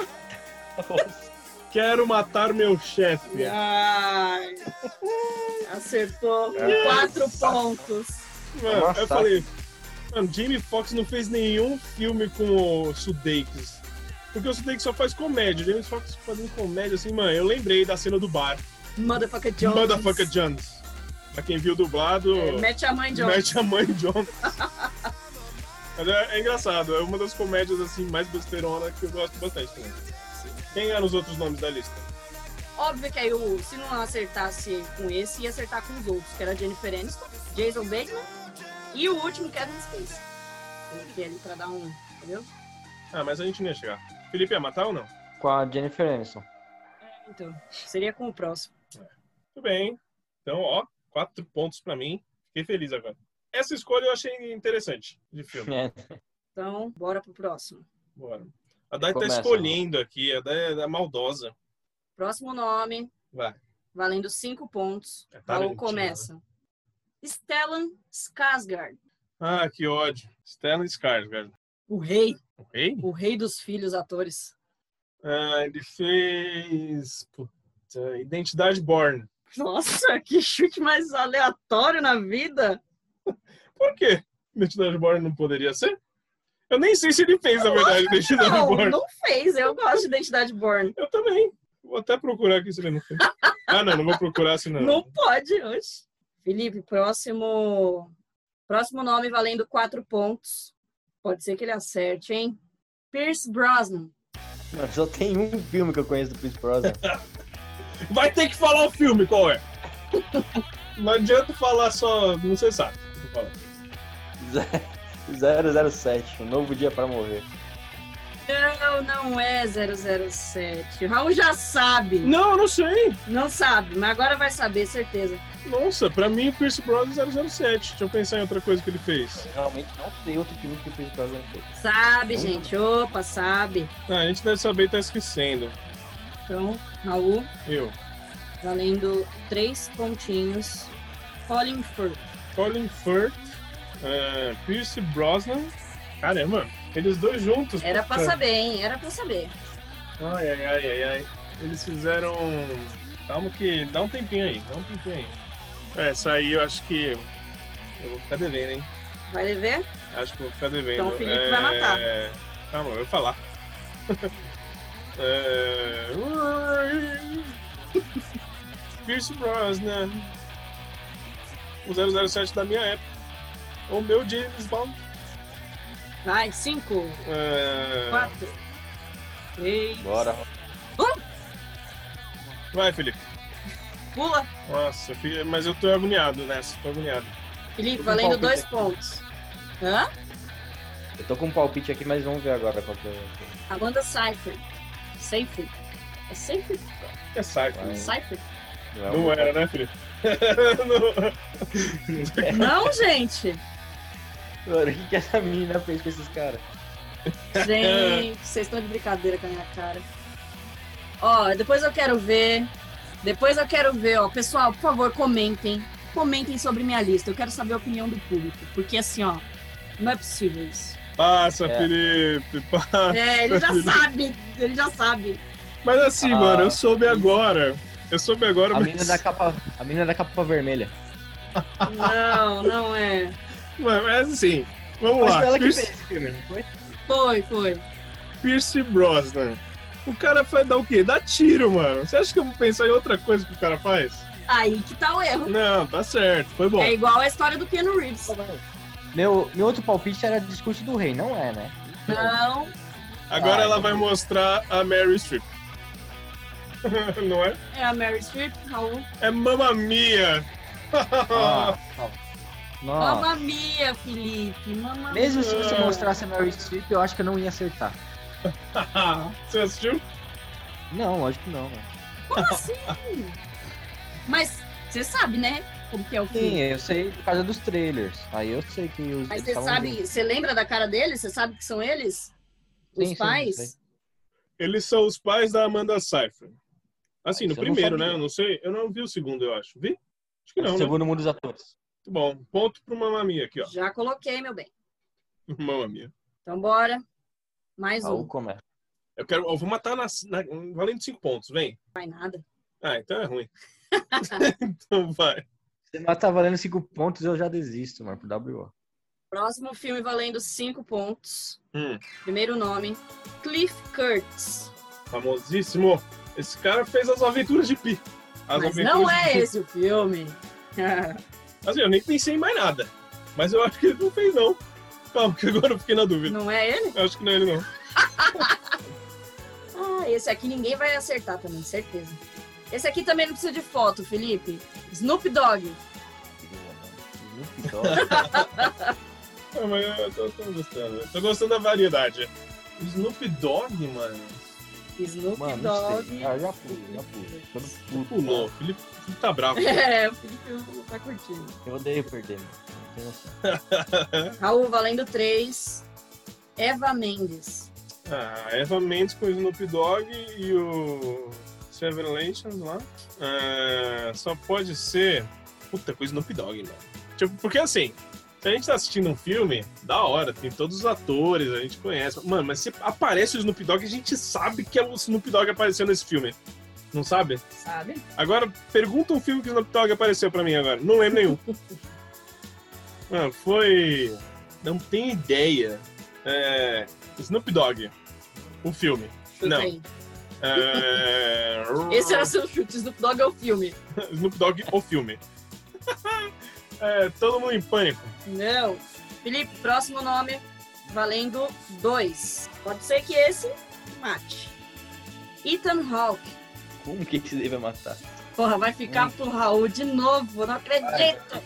Quero matar meu chefe. Ai, acertou Yes. quatro pontos. Mano, Nossa. eu falei, mano, Jamie Foxx não fez nenhum filme com o Sudeikis. Porque o Sudeikis só faz comédia. O Jamie Foxx fazendo comédia assim, mano, eu lembrei da cena do bar. Motherfucker Jones. Motherfucker Jones. Pra quem viu dublado... É, mete a mãe Jones. Mete a mãe Jones. Mas é, é engraçado, é uma das comédias assim mais besteirona que eu gosto bastante também. Quem eram os outros nomes da lista? Óbvio que aí, o, se não acertasse com esse, ia acertar com os outros, que era Jennifer Aniston, Jason Bateman e o último, Kevin Spacey. Coloquei ali pra dar um, entendeu? Ah, mas a gente não ia chegar. Felipe ia matar ou não? Com a Jennifer Aniston. Então, seria com o próximo. Tudo bem. Então, ó, quatro pontos pra mim. Fiquei feliz agora. Essa escolha eu achei interessante de filme. É. Então, bora pro próximo. Bora. A Dai tá Começa, escolhendo aqui, a Dai é maldosa. Próximo nome, Vai. valendo cinco pontos. É Raul Tarantino, começa. Stellan Skarsgård. Ah, que ódio. Stellan Skarsgård. O rei. O rei? O rei dos filhos atores. Ah, ele fez... Puta, Identidade Bourne. Nossa, que chute mais aleatório na vida. Por quê? Identidade Bourne não poderia ser? Eu nem sei se ele fez, na verdade, Identidade Não, Bourne. não fez. Eu gosto de Identidade Bourne. Eu também. Vou até procurar aqui se ele não fez. Ah, não, não vou procurar senão. Não pode, hoje. Felipe, próximo... Próximo nome valendo quatro pontos. Pode ser que ele acerte, hein? Pierce Brosnan. Mano, só tem um filme que eu conheço do Pierce Brosnan. Vai ter que falar o filme, qual é? Não adianta falar só... Não sei sabe. zero zero sete, um novo dia pra morrer. Não, não é zero zero sete. O Raul já sabe. Não, eu não sei. Não sabe, mas agora vai saber, certeza. Nossa, pra mim o Pierce Brosnan é zero zero sete. Deixa eu pensar em outra coisa que ele fez. Eu realmente não sei outro filme que o Pierce Brosnan fez. Sabe, Não. gente. Opa, sabe. Ah, a gente deve saber e tá esquecendo. Então, Raul, Eu. valendo três pontinhos. Colin Firth. Colin Firth, uh, Pierce Brosnan. Caramba, eles dois juntos. Era pra puta. saber, hein? Era pra saber. Ai, ai, ai, ai, ai. Eles fizeram... Calma que... Dá um tempinho aí, dá um tempinho aí. É, essa aí eu acho que... Eu vou ficar devendo, hein? Vai ver? Acho que vou ficar devendo. Então o Felipe é... vai matar. Calma, eu vou falar. é... Pierce Brosnan. O zero zero sete da minha época. O meu James Bond. Vai, cinco, É... quatro, três... Bora. Vai, Felipe. Pula. Nossa, fi- mas eu tô agoniado nessa, tô agoniado. Felipe, Eu tô valendo com dois palpite pontos. Hã? Eu tô com um palpite aqui, mas vamos ver agora qual que é. Amanda Seyfried. Seyfried. É Seyfried? É saco. Vai. Seyfried? Não era, né, Felipe? Não. Não, gente. Mano, o que, que essa menina fez com esses caras? Gente, vocês estão de brincadeira com a minha cara. Ó, depois eu quero ver. Depois eu quero ver, ó. Pessoal, por favor, comentem. Comentem sobre minha lista. Eu quero saber a opinião do público. Porque assim, ó, não é possível isso. Passa, É. Felipe, passa. É, ele já Felipe. sabe. Ele já sabe. Mas assim, Ah. mano, eu soube agora. Eu soube agora, A mas... menina da capa, a menina da capa vermelha. Não, não é. Mas, mas assim, vamos Mas lá. foi ela que Pierce, fez esse filme, não foi? Foi, foi. Pierce Brosnan. O cara faz dar o quê? Dá tiro, mano. Você acha que eu vou pensar em outra coisa que o cara faz? Aí que tá o erro. Não, tá certo. Foi bom. É igual a história do Keanu Reeves. Meu, meu outro palpite era Discurso do Rei, não é, né? Não, Agora Ah, ela então vai tá. mostrar a Mary Streep. Não é? é a Mary Streep, Raul. É Mamma Mia. Ah, nossa. Mamma Mia, Felipe. Mamma Mesmo se você Ah. mostrasse a Mary Streep, eu acho que eu não ia acertar. Você assistiu? Não, lógico que não, mano. Como assim? Mas você sabe, né? Como que é o Sim, filme. eu sei por causa dos trailers. Aí eu sei que os. Mas eles você estavam sabe, juntos. você lembra da cara deles? Você sabe que são eles? Os Sim, sim, pais? sei. Eles são os pais da Amanda Seyfried. Assim, Ah, no isso eu não primeiro, né? sabia. Eu não sei. Eu não vi o segundo, eu acho. Vi? Acho que não, né? Segundo mundo dos atores. Muito bom. Ponto pro Mamma Mia aqui, ó. Já coloquei, meu bem. Mamma Mia. Então bora. Mais Raul um. começa. Eu quero. Eu vou matar na, na, valendo cinco pontos, vem. Não vai nada. Ah, então é ruim. Então vai. Se matar valendo cinco pontos, eu já desisto, mano, pro W O. Próximo filme valendo cinco pontos. Hum, Primeiro nome, Cliff Curtis. famosíssimo. Esse cara fez as aventuras de Pi. As Mas aventuras não de é Pi. esse o filme. Assim, eu nem pensei em mais nada. Mas eu acho que ele não fez, não. Calma, que agora eu fiquei na dúvida. Não é ele? Eu acho que não é ele, não. Ah, esse aqui ninguém vai acertar também, certeza. Esse aqui também não precisa de foto, Felipe. Snoop Dogg. Snoop Dogg. Ah, mas eu tô, tô gostando. Eu tô gostando da variedade. Snoop Dogg, mano. Snoop Mano, não Dogg. sei. Ah, já fui, já fui. Tô no puto, Pulou. mano. O Felipe, Felipe tá bravo. É, o Felipe não tá curtindo. Eu odeio perder, mano. Não tem noção. Raul, valendo três. Eva Mendes. Ah, Eva Mendes com o Snoop Dogg e o Seven Nations lá. Ah, só pode ser. Puta, com o Snoop Dogg, mano. Tipo, porque assim, se a gente tá assistindo um filme, da hora, tem todos os atores, a gente conhece. Mano, mas se aparece o Snoop Dogg, a gente sabe que é o Snoop Dogg apareceu nesse filme. Não sabe? Sabe? Agora, pergunta um filme que o Snoop Dogg apareceu pra mim agora. Não lembro nenhum. Mano, foi. Não tenho ideia. É. Snoop Dogg. O filme. Chuta Não. aí. É... Esse era seu chute. Snoop Dogg é o filme. Snoop Dogg, o filme. É, Todo Mundo em Pânico. Não. Felipe, próximo nome. Valendo dois. Pode ser que esse mate. Ethan Hawke. Como que esse daí vai matar? Porra, vai ficar Hum. pro Raul de novo. Não acredito.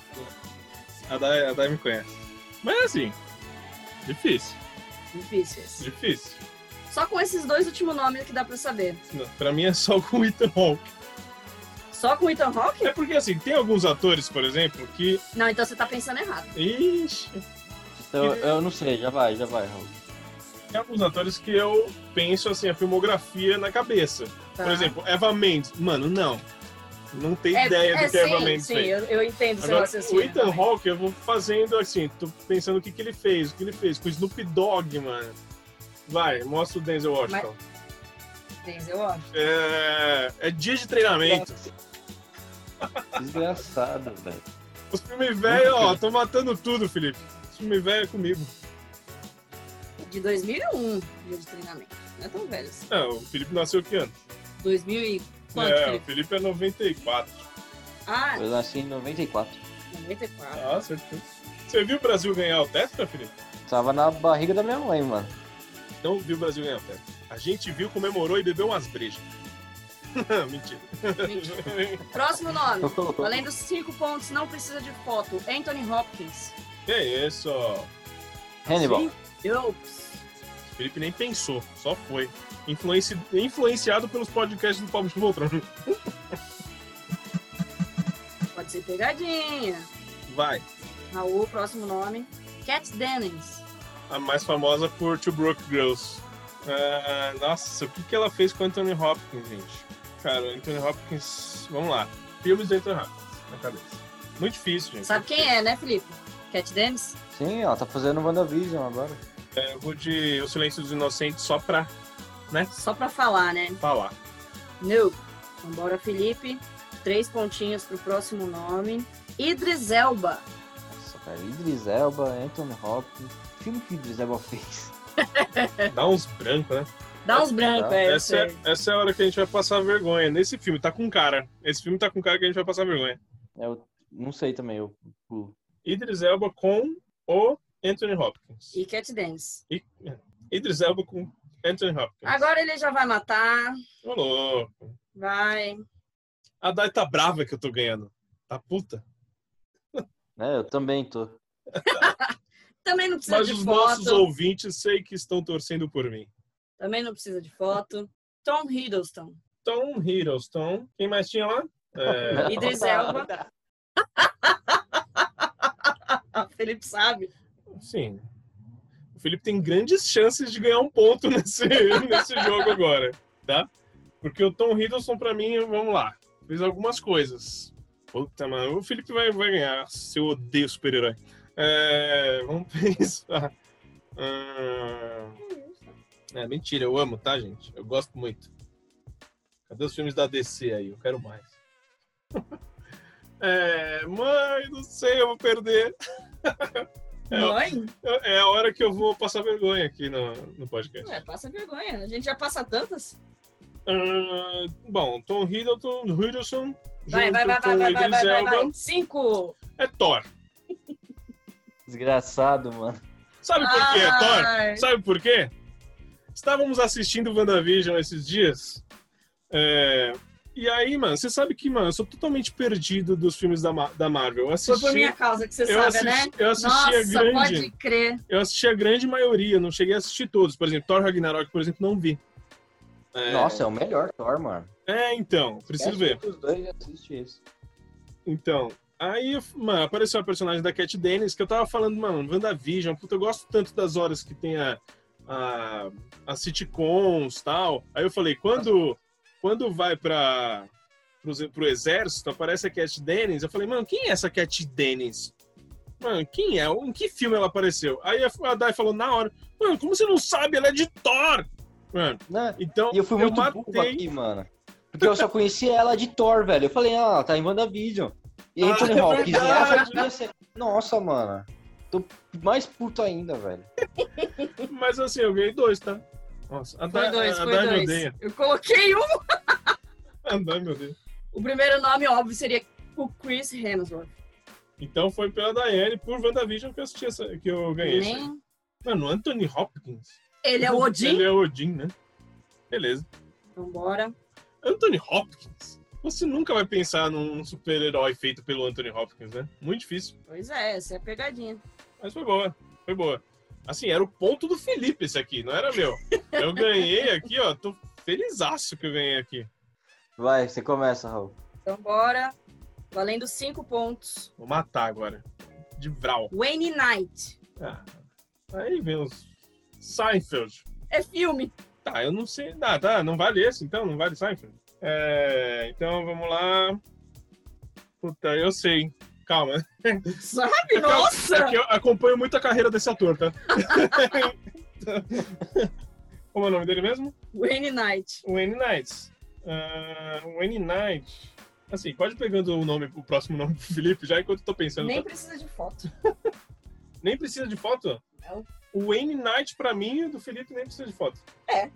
A Dai, a Dai me conhece. Mas assim, difícil, Difícil esse. difícil. Só com esses dois últimos nomes que dá pra saber. Não, pra mim é só com o Ethan Hawke. Só com Ethan Hawke? É porque assim, tem alguns atores, por exemplo, que... Não, então você tá pensando errado. Ixi... Então, eu não sei, já vai, já vai, Raul. Tem alguns atores que eu penso assim, a filmografia na cabeça. Tá. Por exemplo, Eva Mendes. Mano, não. Não tem É, ideia é, do que a Eva sim, Mendes sim, fez. eu, eu entendo o seu Agora, raciocínio. o Ethan também. Hawke, eu vou fazendo assim, tô pensando o que, que ele fez, o que ele fez com o Snoop Dogg, mano. Vai, mostra o Denzel Washington. Denzel Washington. É... é dia de treinamento. Desgraçado, velho. Os filmes velhos, ó, tô matando tudo, Felipe. Os filmes velhos é comigo. De dois mil e um, dia de treinamento. Não é tão velho assim. Não, o Felipe nasceu que ano? dois mil e quanto, é, o Felipe? Felipe é noventa e quatro. Ah, Eu nasci em noventa e quatro. noventa e quatro. Ah, certeza. Você viu o Brasil ganhar o Tetra, Felipe? Tava na barriga da minha mãe, mano. Não viu o Brasil ganhar o Tetra. A gente viu, comemorou e bebeu umas brejas. Mentira. Mentira. Próximo nome. Valendo cinco pontos, não precisa de foto. Anthony Hopkins. Que isso? Hannibal. Sim. Ops. O Felipe nem pensou, só foi. Influenci... Influenciado pelos podcasts do Pablo Voltron. Pode ser pegadinha. Vai. Raul, próximo nome. Kat Dennings. A mais famosa por Two Broke Girls. Ah, nossa, o que, que ela fez com o Anthony Hopkins, gente? Cara, o Anthony Hopkins... Vamos lá. Filmes do Anthony Hopkins, na cabeça. Muito difícil, gente. Sabe quem é, né, Felipe? Kat Dennings? Sim, ela tá fazendo WandaVision agora. É, eu vou de O Silêncio dos Inocentes só pra, né, Só pra falar, né? falar. No. Vambora, Felipe. Três pontinhos pro próximo nome. Idris Elba. Nossa, cara. Idris Elba, Anthony Hopkins. Que filme que o Idris Elba fez? Dá uns brancos, né? Dá uns brancos, é. eu Essa é, sei. essa é a hora que a gente vai passar vergonha. Nesse filme, tá com cara. Esse filme tá com cara que a gente vai passar vergonha. Eu não sei também, eu pulo. Idris Elba com o Anthony Hopkins. E Kat Dennings. E, Idris Elba com Anthony Hopkins. Agora ele já vai matar. Ô, louco. Vai. A Dai tá brava que eu tô ganhando. Tá puta. É, eu também tô. Também não precisa Mas de os foto. nossos ouvintes sei que estão torcendo por mim. Também não precisa de foto. Tom Hiddleston. Tom Hiddleston. Quem mais tinha lá? É, Idris Elba. Felipe sabe. sim. O Felipe tem grandes chances de ganhar um ponto nesse, nesse jogo agora, tá? Porque o Tom Hiddleston, pra mim, vamos lá, fez algumas coisas. Puta, mano, o Felipe vai, vai ganhar, se eu odeio super-herói. É, vamos pensar. Ah, é, mentira, eu amo, tá, gente? Eu gosto muito. Cadê os filmes da D C aí? Eu quero mais. É, mãe, não sei, eu vou perder. É, Mãe? é a hora que eu vou passar vergonha aqui no, no podcast. É, passa vergonha. A gente já passa tantas. Ah, bom, Tom Hiddleston, Hiddleston Vai, vai, vai, com vai, vai, o vai, Idris vai, vai, Elba, vai. Cinco. é Thor. Desgraçado, mano. Sabe por quê, é Thor? Ai. Sabe por quê? Estávamos assistindo WandaVision esses dias. É... E aí, mano, você sabe que, mano, eu sou totalmente perdido dos filmes da, Ma- da Marvel. Eu assisti, Foi por minha causa que você eu sabe, assisti, né? eu assisti Nossa, a grande. pode crer. Eu assisti a grande maioria, não cheguei a assistir todos. Por exemplo, Thor Ragnarok, por exemplo, não vi. É, Nossa, é o melhor Thor, mano. é então, preciso Esquece ver. Os dois e assiste esse. Então, aí, mano, apareceu a personagem da Cat Dennis, que eu tava falando, mano, WandaVision, puta, eu gosto tanto das horas que tem a, a, a sitcoms e tal. Aí eu falei, quando, quando vai pra, pro, pro exército, aparece a Cat Dennis, eu falei, mano, quem é essa Cat Dennis? Mano, quem é? Em que filme ela apareceu? Aí a Dai falou na hora, mano, como você não sabe? Ela é de Thor! Mano, Né? então E eu fui muito matei... burro aqui, mano. Porque eu só conheci ela de Thor, velho. Eu falei, ah, ela tá em WandaVision. E Ah, Anthony é Hopkins. E ela verdade. podia ser... Nossa, mano. Tô mais puto ainda, velho. Mas assim, eu ganhei dois, tá? Nossa, a Foi Dai, dois, a foi Dai me dois. odeia. Eu coloquei um. A Dai me odeia. O primeiro nome, óbvio, seria o Chris Hemsworth. Então foi pela Daiane, por WandaVision, que eu assisti essa, que eu ganhei. esse aí. Nem... Mano, Anthony Hopkins. Ele é o Odin. Ele é o Odin, né? Beleza. Então bora. Anthony Hopkins. Você nunca vai pensar num super-herói feito pelo Anthony Hopkins, né? Muito difícil. Pois é, essa é a pegadinha. Mas foi boa. Foi boa. Assim, era o ponto do Felipe esse aqui, não era meu. Eu ganhei aqui, ó. Tô felizaço que eu ganhei aqui. Vai, você começa, Raul. Então bora. Valendo cinco pontos. Vou matar agora. De Vral. Wayne Knight. Ah, aí vem os Seinfeld. É filme. Tá, eu não sei. Ah, tá, não vale esse, então? Não vale Seinfeld? É, então, vamos lá. Puta, eu sei. Calma. Sabe? É Nossa! que eu acompanho muito a carreira desse ator, tá? Como é o nome dele mesmo? Wayne Knight. Wayne Knight. Uh, Wayne Knight. Assim, pode ir pegando o nome, o próximo nome do Felipe, já enquanto eu tô pensando. Nem tá? precisa de foto. Nem precisa de foto? Não. O Wayne Knight, pra mim, e do Felipe nem precisa de foto. É.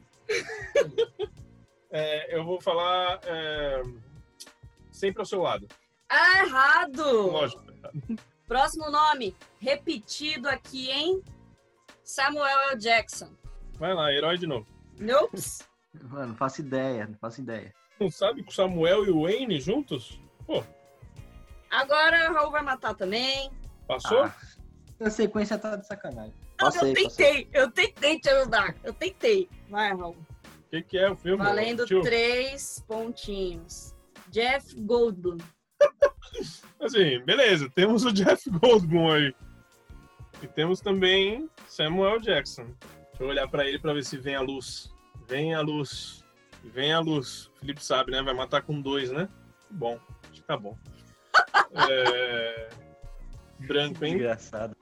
É, eu vou falar é, sempre ao seu lado. Ah, errado! Lógico. Próximo nome, repetido aqui, hein? Samuel L. Jackson. Vai lá, herói de novo. Nope. Mano, não faço ideia, não faço ideia. Não sabe que o Samuel e o Wayne juntos? Pô, Agora o Raul vai matar também. passou? Ah, a sequência tá de sacanagem. Passei, eu tentei, eu tentei te ajudar. Eu tentei. Vai, Raul. O que, que é o filme? Valendo tio? três pontinhos. Jeff Goldblum. Assim, beleza. Temos o Jeff Goldblum aí. E temos também Samuel Jackson. Deixa eu olhar pra ele pra ver se vem a luz. Vem a luz. Vem a luz. O Felipe sabe, né? Vai matar com dois, né? Bom, acho que tá bom. É... Branco, hein? Engraçado.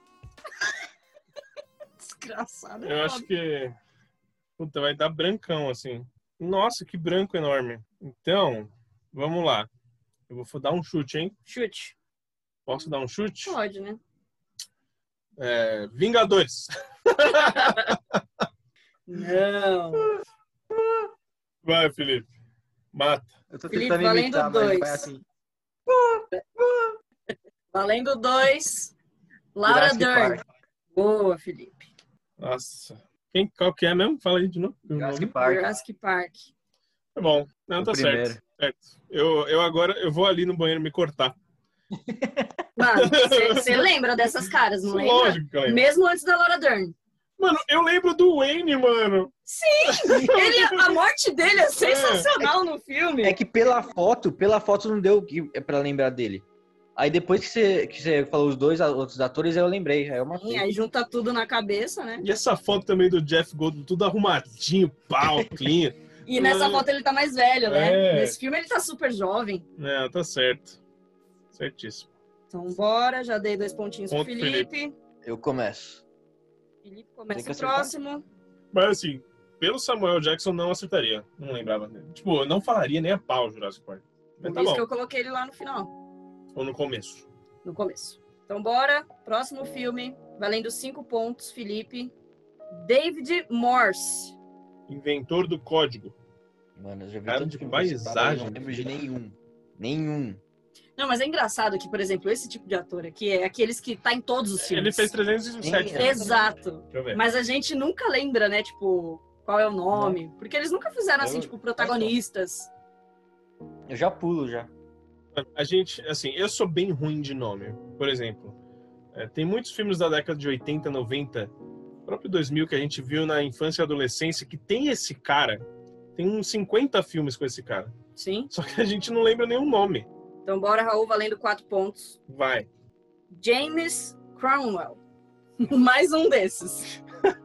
Desgraçado. Eu acho que... Puta, vai dar brancão, assim. Nossa, que branco enorme. Então, vamos lá. Eu vou dar um chute, hein? Chute. Posso dar um chute? Pode, né? É... Vingadores. Não. Vai, Felipe. Mata. Eu tô Felipe, tentando valendo imitar, mas dois. vai assim. Valendo dois. Laura Jurassic Dern. Park. Boa, Felipe. Nossa. Quem, qual que é mesmo? Fala aí de novo. Jurassic Park. Jurassic Park. Tá bom. Não, O tá primeiro. certo. certo. Eu, eu agora eu vou ali no banheiro me cortar. Mano, você lembra dessas caras, não lembra? Lógico que eu lembro. Mesmo antes da Laura Dern. Mano, eu lembro do Wayne, mano. Ele, a morte dele é sensacional no filme. É que pela foto, pela foto não deu que- é pra lembrar dele. Aí depois que você, que você falou os dois a- outros atores, aí eu lembrei. Aí eu Sim, matei. aí junta tudo na cabeça, né? E essa foto também do Jeff Goldblum, tudo arrumadinho, pau, clean. E nessa É. foto ele tá mais velho, né? É. Nesse filme ele tá super jovem. É, tá certo. Certíssimo. Então bora, já dei dois pontinhos Ponto, pro Felipe. Eu começo. Felipe Tem começa que o acertar. próximo. Mas assim, pelo Samuel Jackson não acertaria. Não lembrava dele. Tipo, eu não falaria nem a pau Jurassic Park. Mas Por tá isso bom. que eu coloquei ele lá no final, Ou no começo. no começo. Então bora, próximo filme, valendo cinco pontos, Felipe. David Morse. Inventor do código. Mano, eu já vi Cara, tanto de filme desse cara, eu não paisagem. lembro de nenhum. Nenhum. Não, mas é engraçado que, por exemplo, esse tipo de ator aqui é aqueles que tá em todos os filmes. Ele fez trezentos e sete. Sim, Exato. Deixa eu ver. Mas a gente nunca lembra, né, tipo, qual é o nome. Porque eles nunca fizeram, assim, Eu- tipo, protagonistas. Eu já pulo, já. A gente, assim, eu sou bem ruim de nome. Por exemplo, é, tem muitos filmes da década de oitenta, noventa, próprio dois mil, que a gente viu na infância e adolescência, que tem esse cara. Tem uns cinquenta filmes com esse cara. Sim. Só que a gente não lembra nenhum nome. Então, bora, Raul, valendo quatro pontos. Vai. James Cromwell. Mais um desses.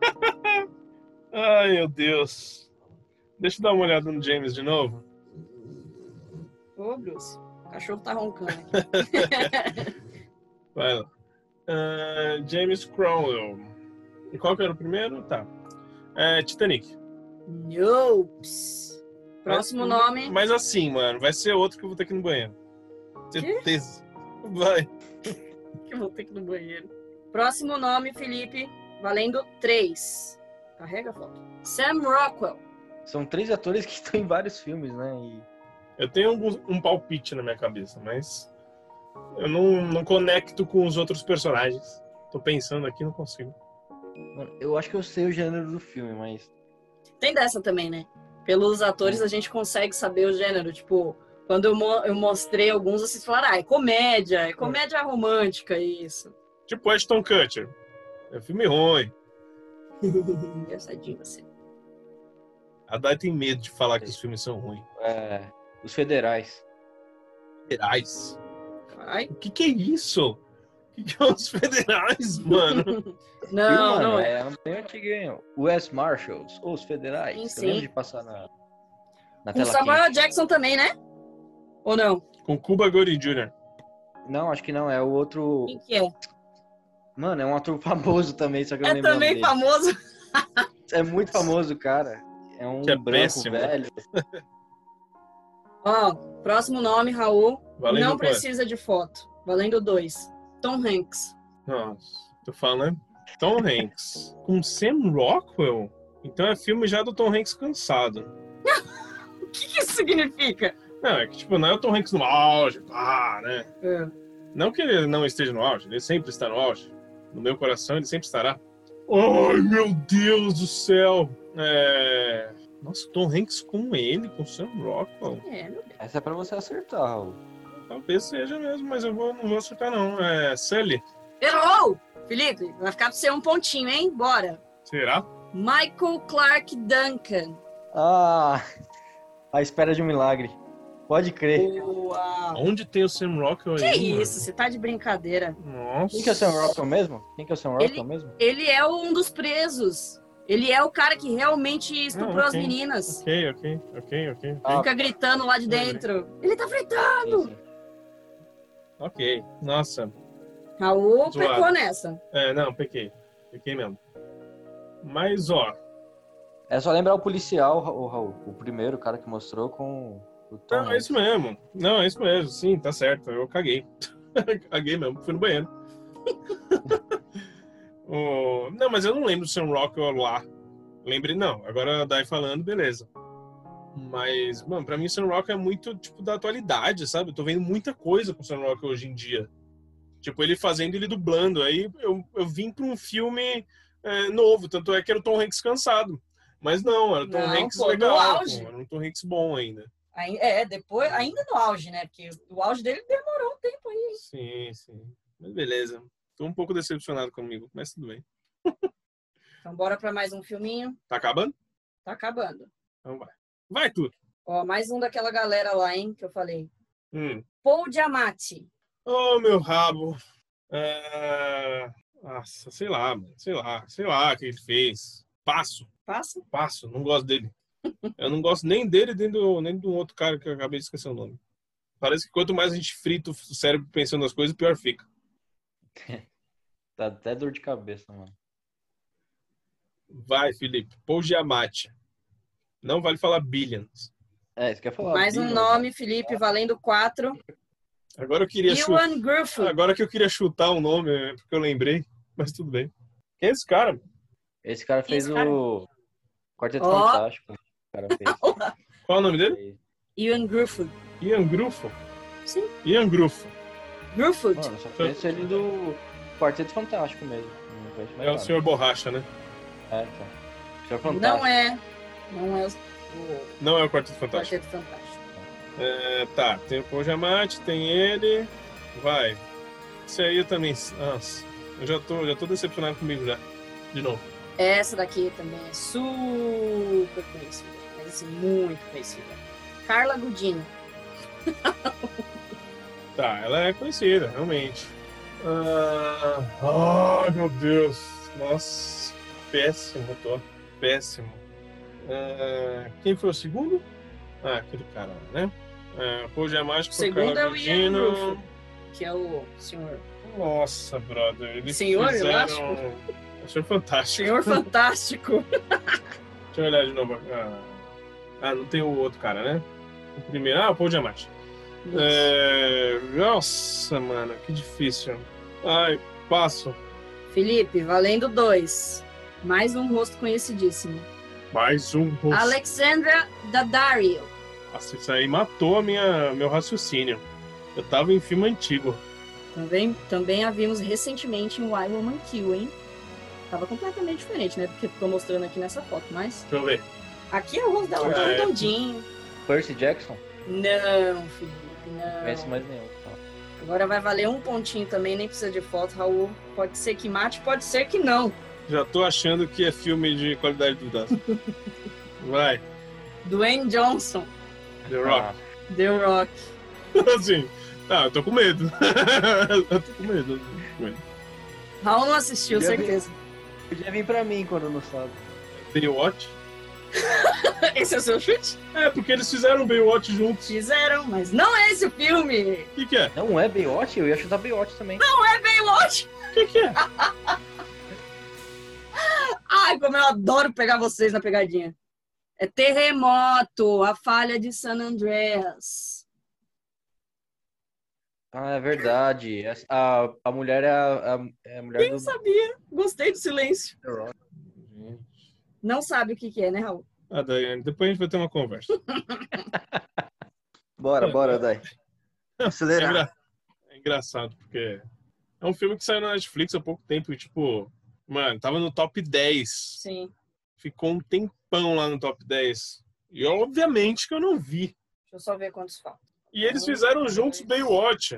Ai, meu Deus. Deixa eu dar uma olhada no James de novo. Ô, Bruce, o cachorro tá roncando aqui. Vai lá. Ah, James Cromwell. E qual que era o primeiro? Tá. É, Titanic. Nope. Próximo Mas- nome. Mas assim, mano, vai ser outro que eu vou ter que ir no banheiro. Certeza. Vai. Que eu vou ter que ir no banheiro. Próximo nome, Felipe. Valendo três. Carrega a foto. Sam Rockwell. São três atores que estão em vários filmes, né? E... Eu tenho um, um palpite na minha cabeça, mas eu não, não conecto com os outros personagens. Tô pensando aqui, não consigo. Mano, eu acho que eu sei o gênero do filme, mas... Tem dessa também, né? Pelos atores a gente consegue saber o gênero. Tipo, quando eu, mo- eu mostrei alguns, vocês falaram, ah, é comédia, é comédia romântica, isso. Tipo Ashton Kutcher. É filme ruim. Engraçadinho você. A Dai tem medo de falar que os filmes são ruins. É... Os Federais. Federais? Ai. O que que é isso? O que que é os federais, mano? Não, Viu, mano? não é. É bem antiguinho. U S Marshals, ou os Federais. Sim, Eu sim. lembro de passar na, na Com tela Samuel quente. Jackson também, né? Ou não? Com Cuba Gooding Júnior Não, acho que não. É o outro... Quem que é? Mano, é um ator famoso também, só que eu não É lembro o nome também dele. famoso. É muito famoso, cara. É um Que é branco péssimo. velho. Ó, próximo nome, Raul. Valendo não quanto? precisa de foto. Valendo dois. Tom Hanks. Nossa, tô falando. Tom Hanks. Com Sam Rockwell? Então é filme já do Tom Hanks cansado. O que, que isso significa? Não, é que tipo, não é o Tom Hanks no auge, pá, né? É. Não que ele não esteja no auge, ele sempre está no auge. No meu coração ele sempre estará. Ai, meu Deus do céu! É... Nossa, Tom Hanks com ele, com Sam Rockwell. É, meu Deus. Essa é pra você acertar, Raul. Talvez seja mesmo, mas eu vou, não vou acertar não. É Sully? Errou! Felipe, vai ficar pra você um pontinho, hein? Bora. Será? Michael Clark Duncan. Ah, a espera de um milagre. Pode crer. Boa. Onde tem o Sam Rockwell Que aí, isso? Você tá de brincadeira. mano? Nossa. Quem que é o Sam Rockwell mesmo? Quem que é o Sam Rockwell Ele- mesmo? Ele é um dos presos. Ele é o cara que realmente estuprou Ah, as ok. meninas. Ok, ok, ok, ok. Ah, Fica gritando lá de dentro. Ele tá fritando. sim, sim. Ok. Nossa. Raul Zoado. pecou nessa. É, não, pequei. Pequei mesmo. Mas, ó, É só lembrar o policial, o Raul. O primeiro cara que mostrou com o Tom não, é isso mesmo. Não, é isso mesmo. Sim, tá certo. Eu caguei. Caguei mesmo. Fui no banheiro. Oh, não, mas eu não lembro do Sam Rockwell lá. Lembrei, não. Agora daí falando, beleza. Mas, mano, pra mim o Sam Rockwell é muito, tipo, da atualidade, sabe? Eu tô vendo muita coisa com o Sam Rockwell hoje em dia. Tipo, ele fazendo, ele dublando. Aí eu, eu vim pra um filme é, novo. Tanto é que era o Tom Hanks cansado. Mas não, era o Tom Não, Hanks pô, no legal. auge. Pô, era um Tom Hanks bom ainda. Aí- É, depois, ainda no auge, né? Porque o auge dele demorou um tempo aí. Sim, sim. Mas beleza. Tô um pouco decepcionado comigo, mas tudo bem. Então bora pra mais um filminho. Tá acabando? Tá acabando. Então vai. Vai tudo. Ó, mais um daquela galera lá, hein, que eu falei. Hum. Paul Giamatti. Oh, meu rabo. É... Nossa, sei lá, mano. Sei lá. Sei lá o que ele fez. Passo. Passa? Passo. Não gosto dele. Eu não gosto nem dele, nem do, nem do outro cara que eu acabei de esquecer o nome. Parece que quanto mais a gente frita o cérebro pensando nas coisas, pior fica. Tá até dor de cabeça, mano. Vai, Felipe. Paul Giamatti. Não vale falar Billions. É, você quer falar? Mais um Billions, nome, Felipe, valendo quatro. Agora eu queria chutar. Ewan Gruffydd. Agora que eu queria chutar o nome, é porque eu lembrei. Mas tudo bem. Quem é esse cara? Esse cara fez Esse cara- o Quarteto Ó. Fantástico. O cara fez. Qual é o nome dele? Ewan Gruffydd. Ian Gruffo. Sim. Ian Gruffo. Gruffudd. Mano, só conheço ele do Quarteto Fantástico mesmo. Não conheço mais É o nada. senhor Borracha, né? É, tá. Senhor Fantástico. Não é. Não é o, o Não é o Quarteto Fantástico. Quarteto Fantástico. É, tá, tem o Paul Giamatti, tem ele. Vai. Esse aí eu também. Nossa, eu já tô, já tô decepcionado comigo já. De novo. Essa daqui também é super conhecida. Mas assim, muito conhecida. Carla Gugino. Tá, ela é conhecida, realmente. Ah, ai, meu Deus. Nossa, péssimo, tô. Péssimo. Ah, quem foi o segundo? Ah, aquele cara lá, né? Ah, Paul Giamatti O com segundo Carla é o Ian Gugino. Gruffo, que é o senhor. Nossa, brother. Eles Senhor fizeram... Elástico? O senhor Fantástico. Senhor Fantástico. Deixa eu olhar de novo. Ah, ah, não tem o outro cara, né? O primeiro. Ah, o Paul Giamatti. É... Nossa, mano, que difícil. Ai, passo. Felipe, valendo dois. Mais um rosto conhecidíssimo. Mais um rosto. Alexandra Daddario. Nossa, isso aí matou a minha, meu raciocínio. Eu tava em filme antigo. Também, também a vimos recentemente em Why Woman Kill, hein? Tava completamente diferente, né? Porque tô mostrando aqui nessa foto, mas... Deixa eu ver. Aqui é o rosto dela É. redondinho. Percy Jackson? Não, Felipe, Não não. conheço mais nenhum. Agora vai valer um pontinho também, nem precisa de foto, Raul. Pode ser que mate, pode ser que não. Já tô achando que é filme de qualidade duvidosa. Vai, Dwayne Johnson, The Rock. Ah, The Rock. Assim, tá, eu tô com medo. eu tô com medo. tô com medo. Raul não assistiu, Já vi. certeza. podia vir pra mim quando não sabe. Baywatch? Esse é o seu chute? É, porque eles fizeram Baywatch juntos. Fizeram, mas não é esse o filme. O que que é? Não é Baywatch? Eu ia chutar Baywatch também. Não é Baywatch. O que que é? Ai, como eu adoro pegar vocês na pegadinha. É Terremoto, a falha de San Andreas. Ah, é verdade. Essa- A, a mulher é a, a, é a mulher Quem do sabia? Gostei do silêncio. The Rock. Não sabe o que que é, né, Raul? Ah, Daiane, depois a gente vai ter uma conversa. Bora, bora, Dai. É, Acelerar. engra- é engraçado, porque é um filme que saiu na Netflix há pouco tempo e, tipo, mano, tava no top dez. Sim. Ficou um tempão lá no top dez. E obviamente que eu não vi. Deixa eu só ver quantos faltam. E eles fizeram juntos Baywatch.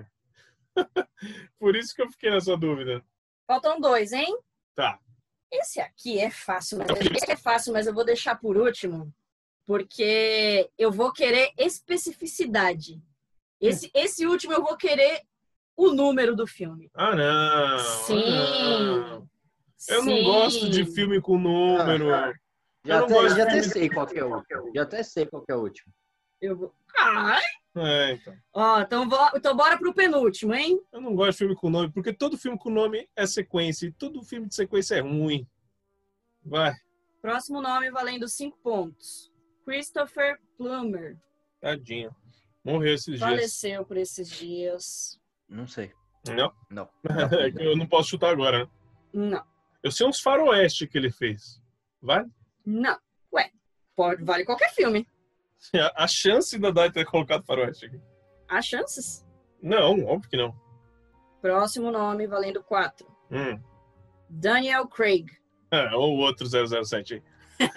Por isso que eu fiquei nessa dúvida. Faltam dois, hein? Tá. Esse aqui é fácil, mas esse aqui é fácil, mas eu vou deixar por último, porque eu vou querer especificidade. Esse, esse último eu vou querer o número do filme. Ah, não. Sim. Ah, não. Eu não Sim. gosto de filme com número. Já, Eu não até, gosto já de até filme- sei qual que é o último. Já até sei qual que é o último. Eu vou... Ai! É, então. Ó, então, vou... então bora pro penúltimo, hein? Eu não gosto de filme com nome, porque todo filme com nome é sequência. E todo filme de sequência é ruim. Vai. Próximo nome valendo cinco pontos. Christopher Plummer. Tadinho. Morreu esses dias. Faleceu por esses dias. Não sei. Não. Não. É que eu não posso chutar agora, né? Não. Eu sei uns faroeste que ele fez. Vai? Não. Ué, pode, vale qualquer filme. A a chance da Dai ter colocado faroeste aqui. Há chances. Não, óbvio que não. Próximo nome valendo quatro. Hum. Daniel Craig. É, ou o outro zero zero sete aí.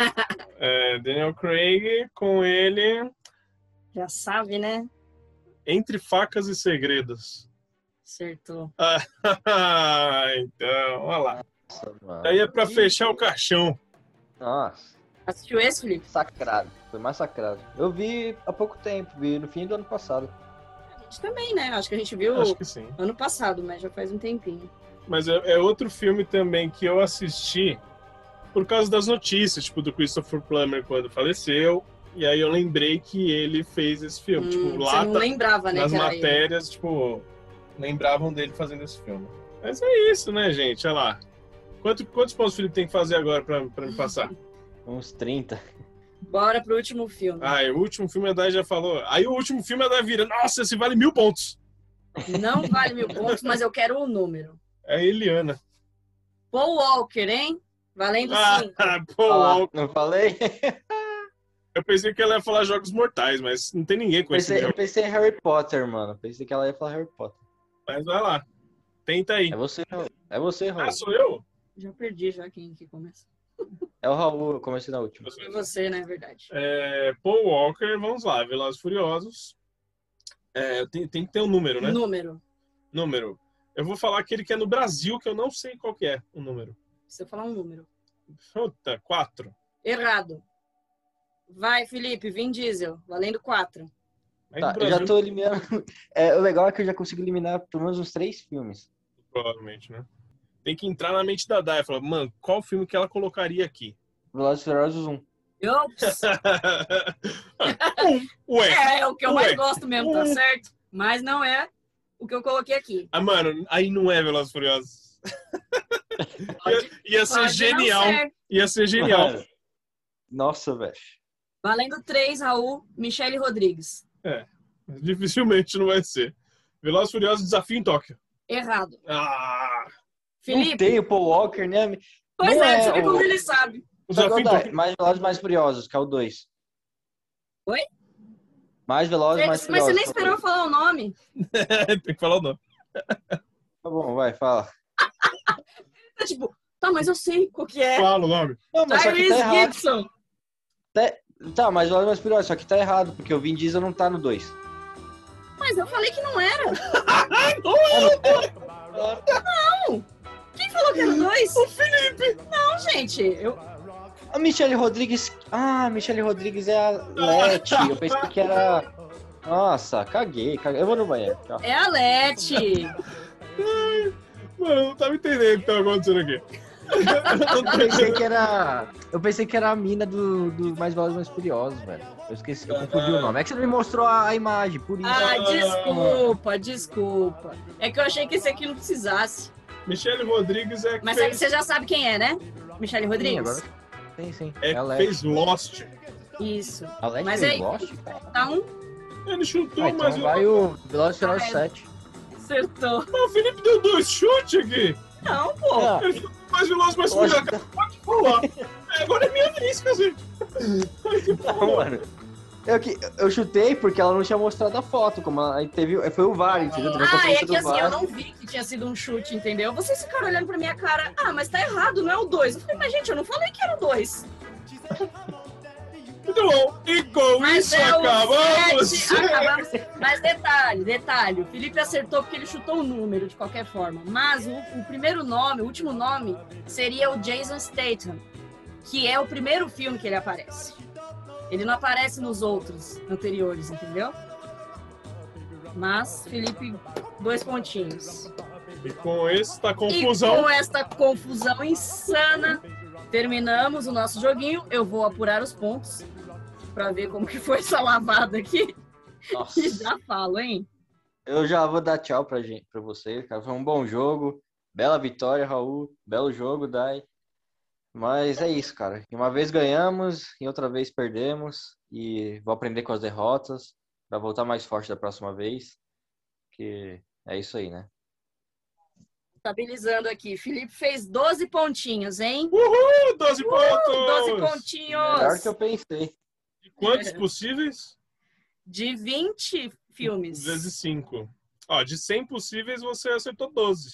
É, Daniel Craig com ele Já sabe, né? Entre Facas e Segredos. Acertou. Ah, então, olha lá. Nossa, mano. Aí é pra fechar o caixão. Nossa, Assistiu esse, Felipe? sacrado. Foi massacrado. Eu vi há pouco tempo, vi no fim do ano passado. A gente também, né? Acho que a gente viu Acho que sim. ano passado, mas já faz um tempinho. Mas é, é outro filme também que eu assisti por causa das notícias, tipo, do Christopher Plummer quando faleceu. E aí eu lembrei que ele fez esse filme. Hum, tipo, você lá não tá- lembrava, né? nas que era ele. matérias, tipo, lembravam dele fazendo esse filme. Mas é isso, né, gente? Olha lá. Quanto, quantos pontos o Felipe tem que fazer agora pra, pra me passar? Uns trinta. Bora pro último filme. Ah, e o último filme a Dai já falou. Aí o último filme a Dai vira. Nossa, esse vale mil pontos. Não vale mil pontos, mas eu quero o número. É a Eliana. Paul Walker, hein? Valendo Ah, cinco. pô, Ah, ó, não falei? Eu pensei que ela ia falar Jogos Mortais, mas não tem ninguém com esse Pensei, eu jogo. pensei em Harry Potter, mano. Pensei que ela ia falar Harry Potter. Mas vai lá. Tenta aí. É você, Raul. É você, Raul. Ah, sou eu? Já perdi já quem que começa. É o Raul, eu comecei na última. Foi você, né? É verdade. É, Paul Walker, vamos lá. Velozes e Furiosos. É, tem, tem que ter um número, né? Número. Número. Eu vou falar aquele que é no Brasil, que eu não sei qual que é o número. Você falar um número. Puta, quatro. Errado. Vai, Felipe, Vin Diesel, valendo quatro. Aí Tá, no eu Brasil, já tô eliminando. É, o legal é que eu já consigo eliminar pelo menos uns três filmes. provavelmente, né? Tem que entrar na mente da Dai e falar, mano, qual filme que ela colocaria aqui? Velozes e Furiosos um. Ops. um. Ué. É, é o que eu Ué. mais gosto mesmo, tá Um. certo? Mas não é o que eu coloquei aqui. Ah, mano, aí não é Velozes e Furiosos. Pode- Ia, ia ser pode não genial. ser. Ia ser genial. Mano. Nossa, velho. Valendo três, Raul, Michele Rodrigues. Dificilmente não vai ser. Velozes e Furiosos Desafio em Tóquio. Errado. Ah, Não Felipe, tem o Paul Walker, né? pois não é, é você vê o- como ele sabe. o Só que Desafio em eu dou- Tóquio. mais Velozes mais Furiosos, que é o dois. Oi? Mais Velozes mais Você- Furiosos. mas você nem que é o esperou eu falar o nome. Tem que falar o nome. dois. Tá bom, vai, fala. Tá tipo, tá, mas eu sei qual que é. Fala o nome. Não, mas só que Tyrese tá errado. Gibson. Tá, mas Velozes mais Furiosos, só que tá errado, porque o Vin Diesel não tá no dois. Mas eu falei que não era. Quem falou que era o dois? O Felipe. Não, gente. Eu... A Michelle Rodrigues. Ah, a Michelle Rodrigues é a Leti. Eu pensei que era. Nossa, caguei, caguei. Eu vou no banheiro. Tchau. É a Leti. Mano, eu não tava entendendo o que tava acontecendo aqui. Eu pensei que era. Eu pensei que era a mina do, do Mais Velozes mais Furiosos, velho. Eu esqueci, eu confundi o nome. É que você não me mostrou a, a imagem, por isso. Ah, desculpa, desculpa. É que eu achei que esse aqui não precisasse. Michelle Rodrigues é que Mas fez, você já sabe quem é, né? Michele Sim, Rodrigues? agora. Sim, sim. é É a que Leti. fez Lost. Isso. A Leti Mas fez aí- Lost? Tá um, Ele chutou, Ah, mas então o... vai o Velozes e Furiosos Ah, é. sete. acertou. Mas o Felipe deu dois chutes aqui. Não, pô. Ah, Ele ficou mais veloz, mais Lógico. furioso. Pode falar. É, agora é minha vez, cacete. Não, mano. Eu, que, eu chutei porque ela não tinha mostrado a foto, como ela, aí teve, foi o V A R, entendeu? Teve a Ah, é conferência que do assim, V A R. eu não vi que tinha sido um chute, entendeu? Vocês ficaram olhando pra minha cara. Ah, mas tá errado, não é o dois. Eu falei, mas gente, eu não falei que era o dois. Muito bom. E com Mas isso é o acabamos. sete, acabamos. Mas detalhe, detalhe. O Felipe acertou porque ele chutou o número de qualquer forma. Mas o, o primeiro nome, o último nome, seria o Jason Statham, que é o primeiro filme que ele aparece. Ele não aparece nos outros anteriores, entendeu? Mas, Felipe, dois pontinhos. E com esta E confusão, com esta confusão insana, terminamos o nosso joguinho. Eu vou apurar os pontos pra ver como que foi essa lavada aqui. Nossa. E já falo, hein? Eu já vou dar tchau pra, gente, pra você, cara. Foi um bom jogo. Bela vitória, Raul. Belo jogo, Dai. Mas é isso, cara. Uma vez ganhamos, e outra vez perdemos. E vou aprender com as derrotas pra voltar mais forte da próxima vez. Que é isso aí, né? Estabilizando aqui. Felipe fez doze pontinhos, hein? uhul, doze Uh, pontos. doze Melhor pontinhos. que eu pensei. De quantos possíveis? De vinte filmes. Vezes cinco. Ó, de cem possíveis, você acertou doze.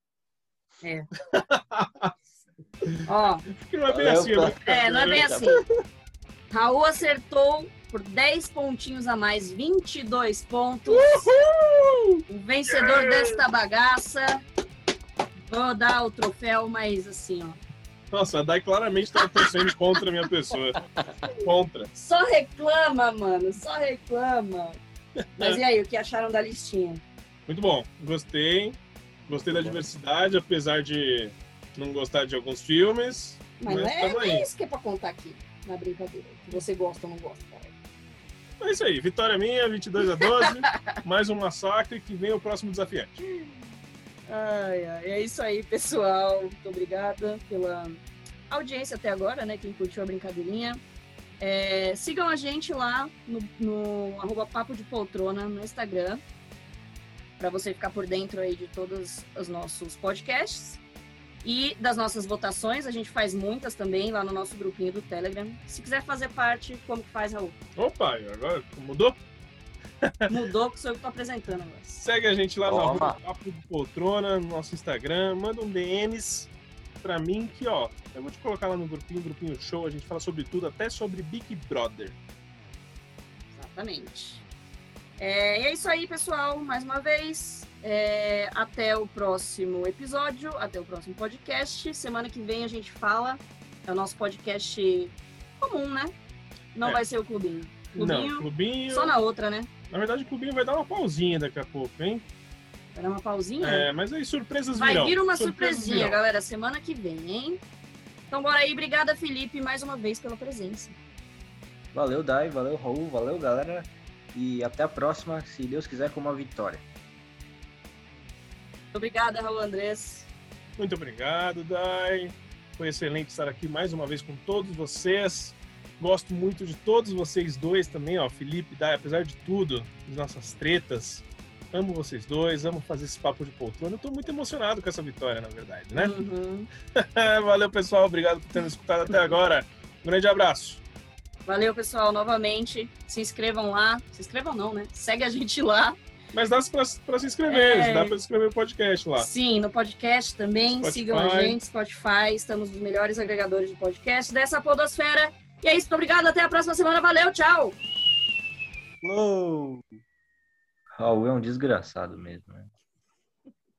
Ó, Que não é bem Valeu, assim, tá. né? é, não é bem assim. Raul acertou por dez pontinhos a mais, vinte e dois pontos. Uhul! O vencedor desta bagaça. Vou dar o troféu, mas assim, ó. Nossa, a Dai claramente estava torcendo contra a minha pessoa. Contra. Só reclama, mano. Só reclama. Mas e aí, o que acharam da listinha? Muito bom. Gostei. Gostei da diversidade, apesar de não gostar de alguns filmes. Mas não Mas é, tamo não aí. é isso que é pra contar aqui, na brincadeira. Que você gosta ou não gosta, cara. É isso aí. Vitória minha, vinte e dois a doze. Mais um massacre que vem o próximo desafiante. Ai, ai, é isso aí, pessoal. Muito obrigada pela audiência até agora, né? Quem curtiu a brincadeirinha. É, sigam a gente lá no, no arroba Papo de Poltrona no Instagram, para você ficar por dentro aí de todos os nossos podcasts. E das nossas votações, a gente faz muitas também lá no nosso grupinho do Telegram. Se quiser fazer parte, como que faz, Raul? Opa, agora mudou? Mudou, que sou eu que tô apresentando agora. Segue a gente lá no Toma. arroba Papo de Poltrona, no nosso Instagram, manda um D Ms pra mim que, ó, eu vou te colocar lá no grupinho, grupinho show, a gente fala sobre tudo, até sobre Big Brother. Exatamente. É, e é isso aí, pessoal. Mais uma vez, é, até o próximo episódio, até o próximo podcast. Semana que vem a gente fala, é o nosso podcast comum, né? Não É. vai ser o clubinho. Clubinho, Não, clubinho... só na outra, né? Na verdade, o clubinho vai dar uma pausinha daqui a pouco, hein? Vai dar uma pausinha? É, mas aí surpresas Vai virão. vir uma Surpresas surpresinha, virão. galera, semana que vem, hein? Então bora aí, obrigada, Felipe, mais uma vez pela presença. Valeu, Dai, valeu, Raul, valeu, galera. E até a próxima, se Deus quiser, com uma vitória. Obrigada, Raul Andrés. Muito obrigado, Dai. Foi excelente estar aqui mais uma vez com todos vocês. Gosto muito de todos vocês dois também, ó, Felipe, Dai, apesar de tudo, das nossas tretas. Amo vocês dois, amo fazer esse papo de poltrona. Eu tô muito emocionado com essa vitória, na verdade, né? Uhum. Valeu, pessoal. Obrigado por ter nos escutado até agora. Um grande abraço. Valeu, pessoal, novamente. Se inscrevam lá. Se inscrevam não, né? Segue a gente lá. Mas dá pra, pra se inscrever, É. dá pra se inscrever no podcast lá. Sim, no podcast também. Spotify. Sigam a gente, Spotify. Estamos nos melhores agregadores de podcast dessa podosfera. E é isso, muito obrigado. Até a próxima semana. Valeu, tchau! Uou! Raul é um desgraçado mesmo, né?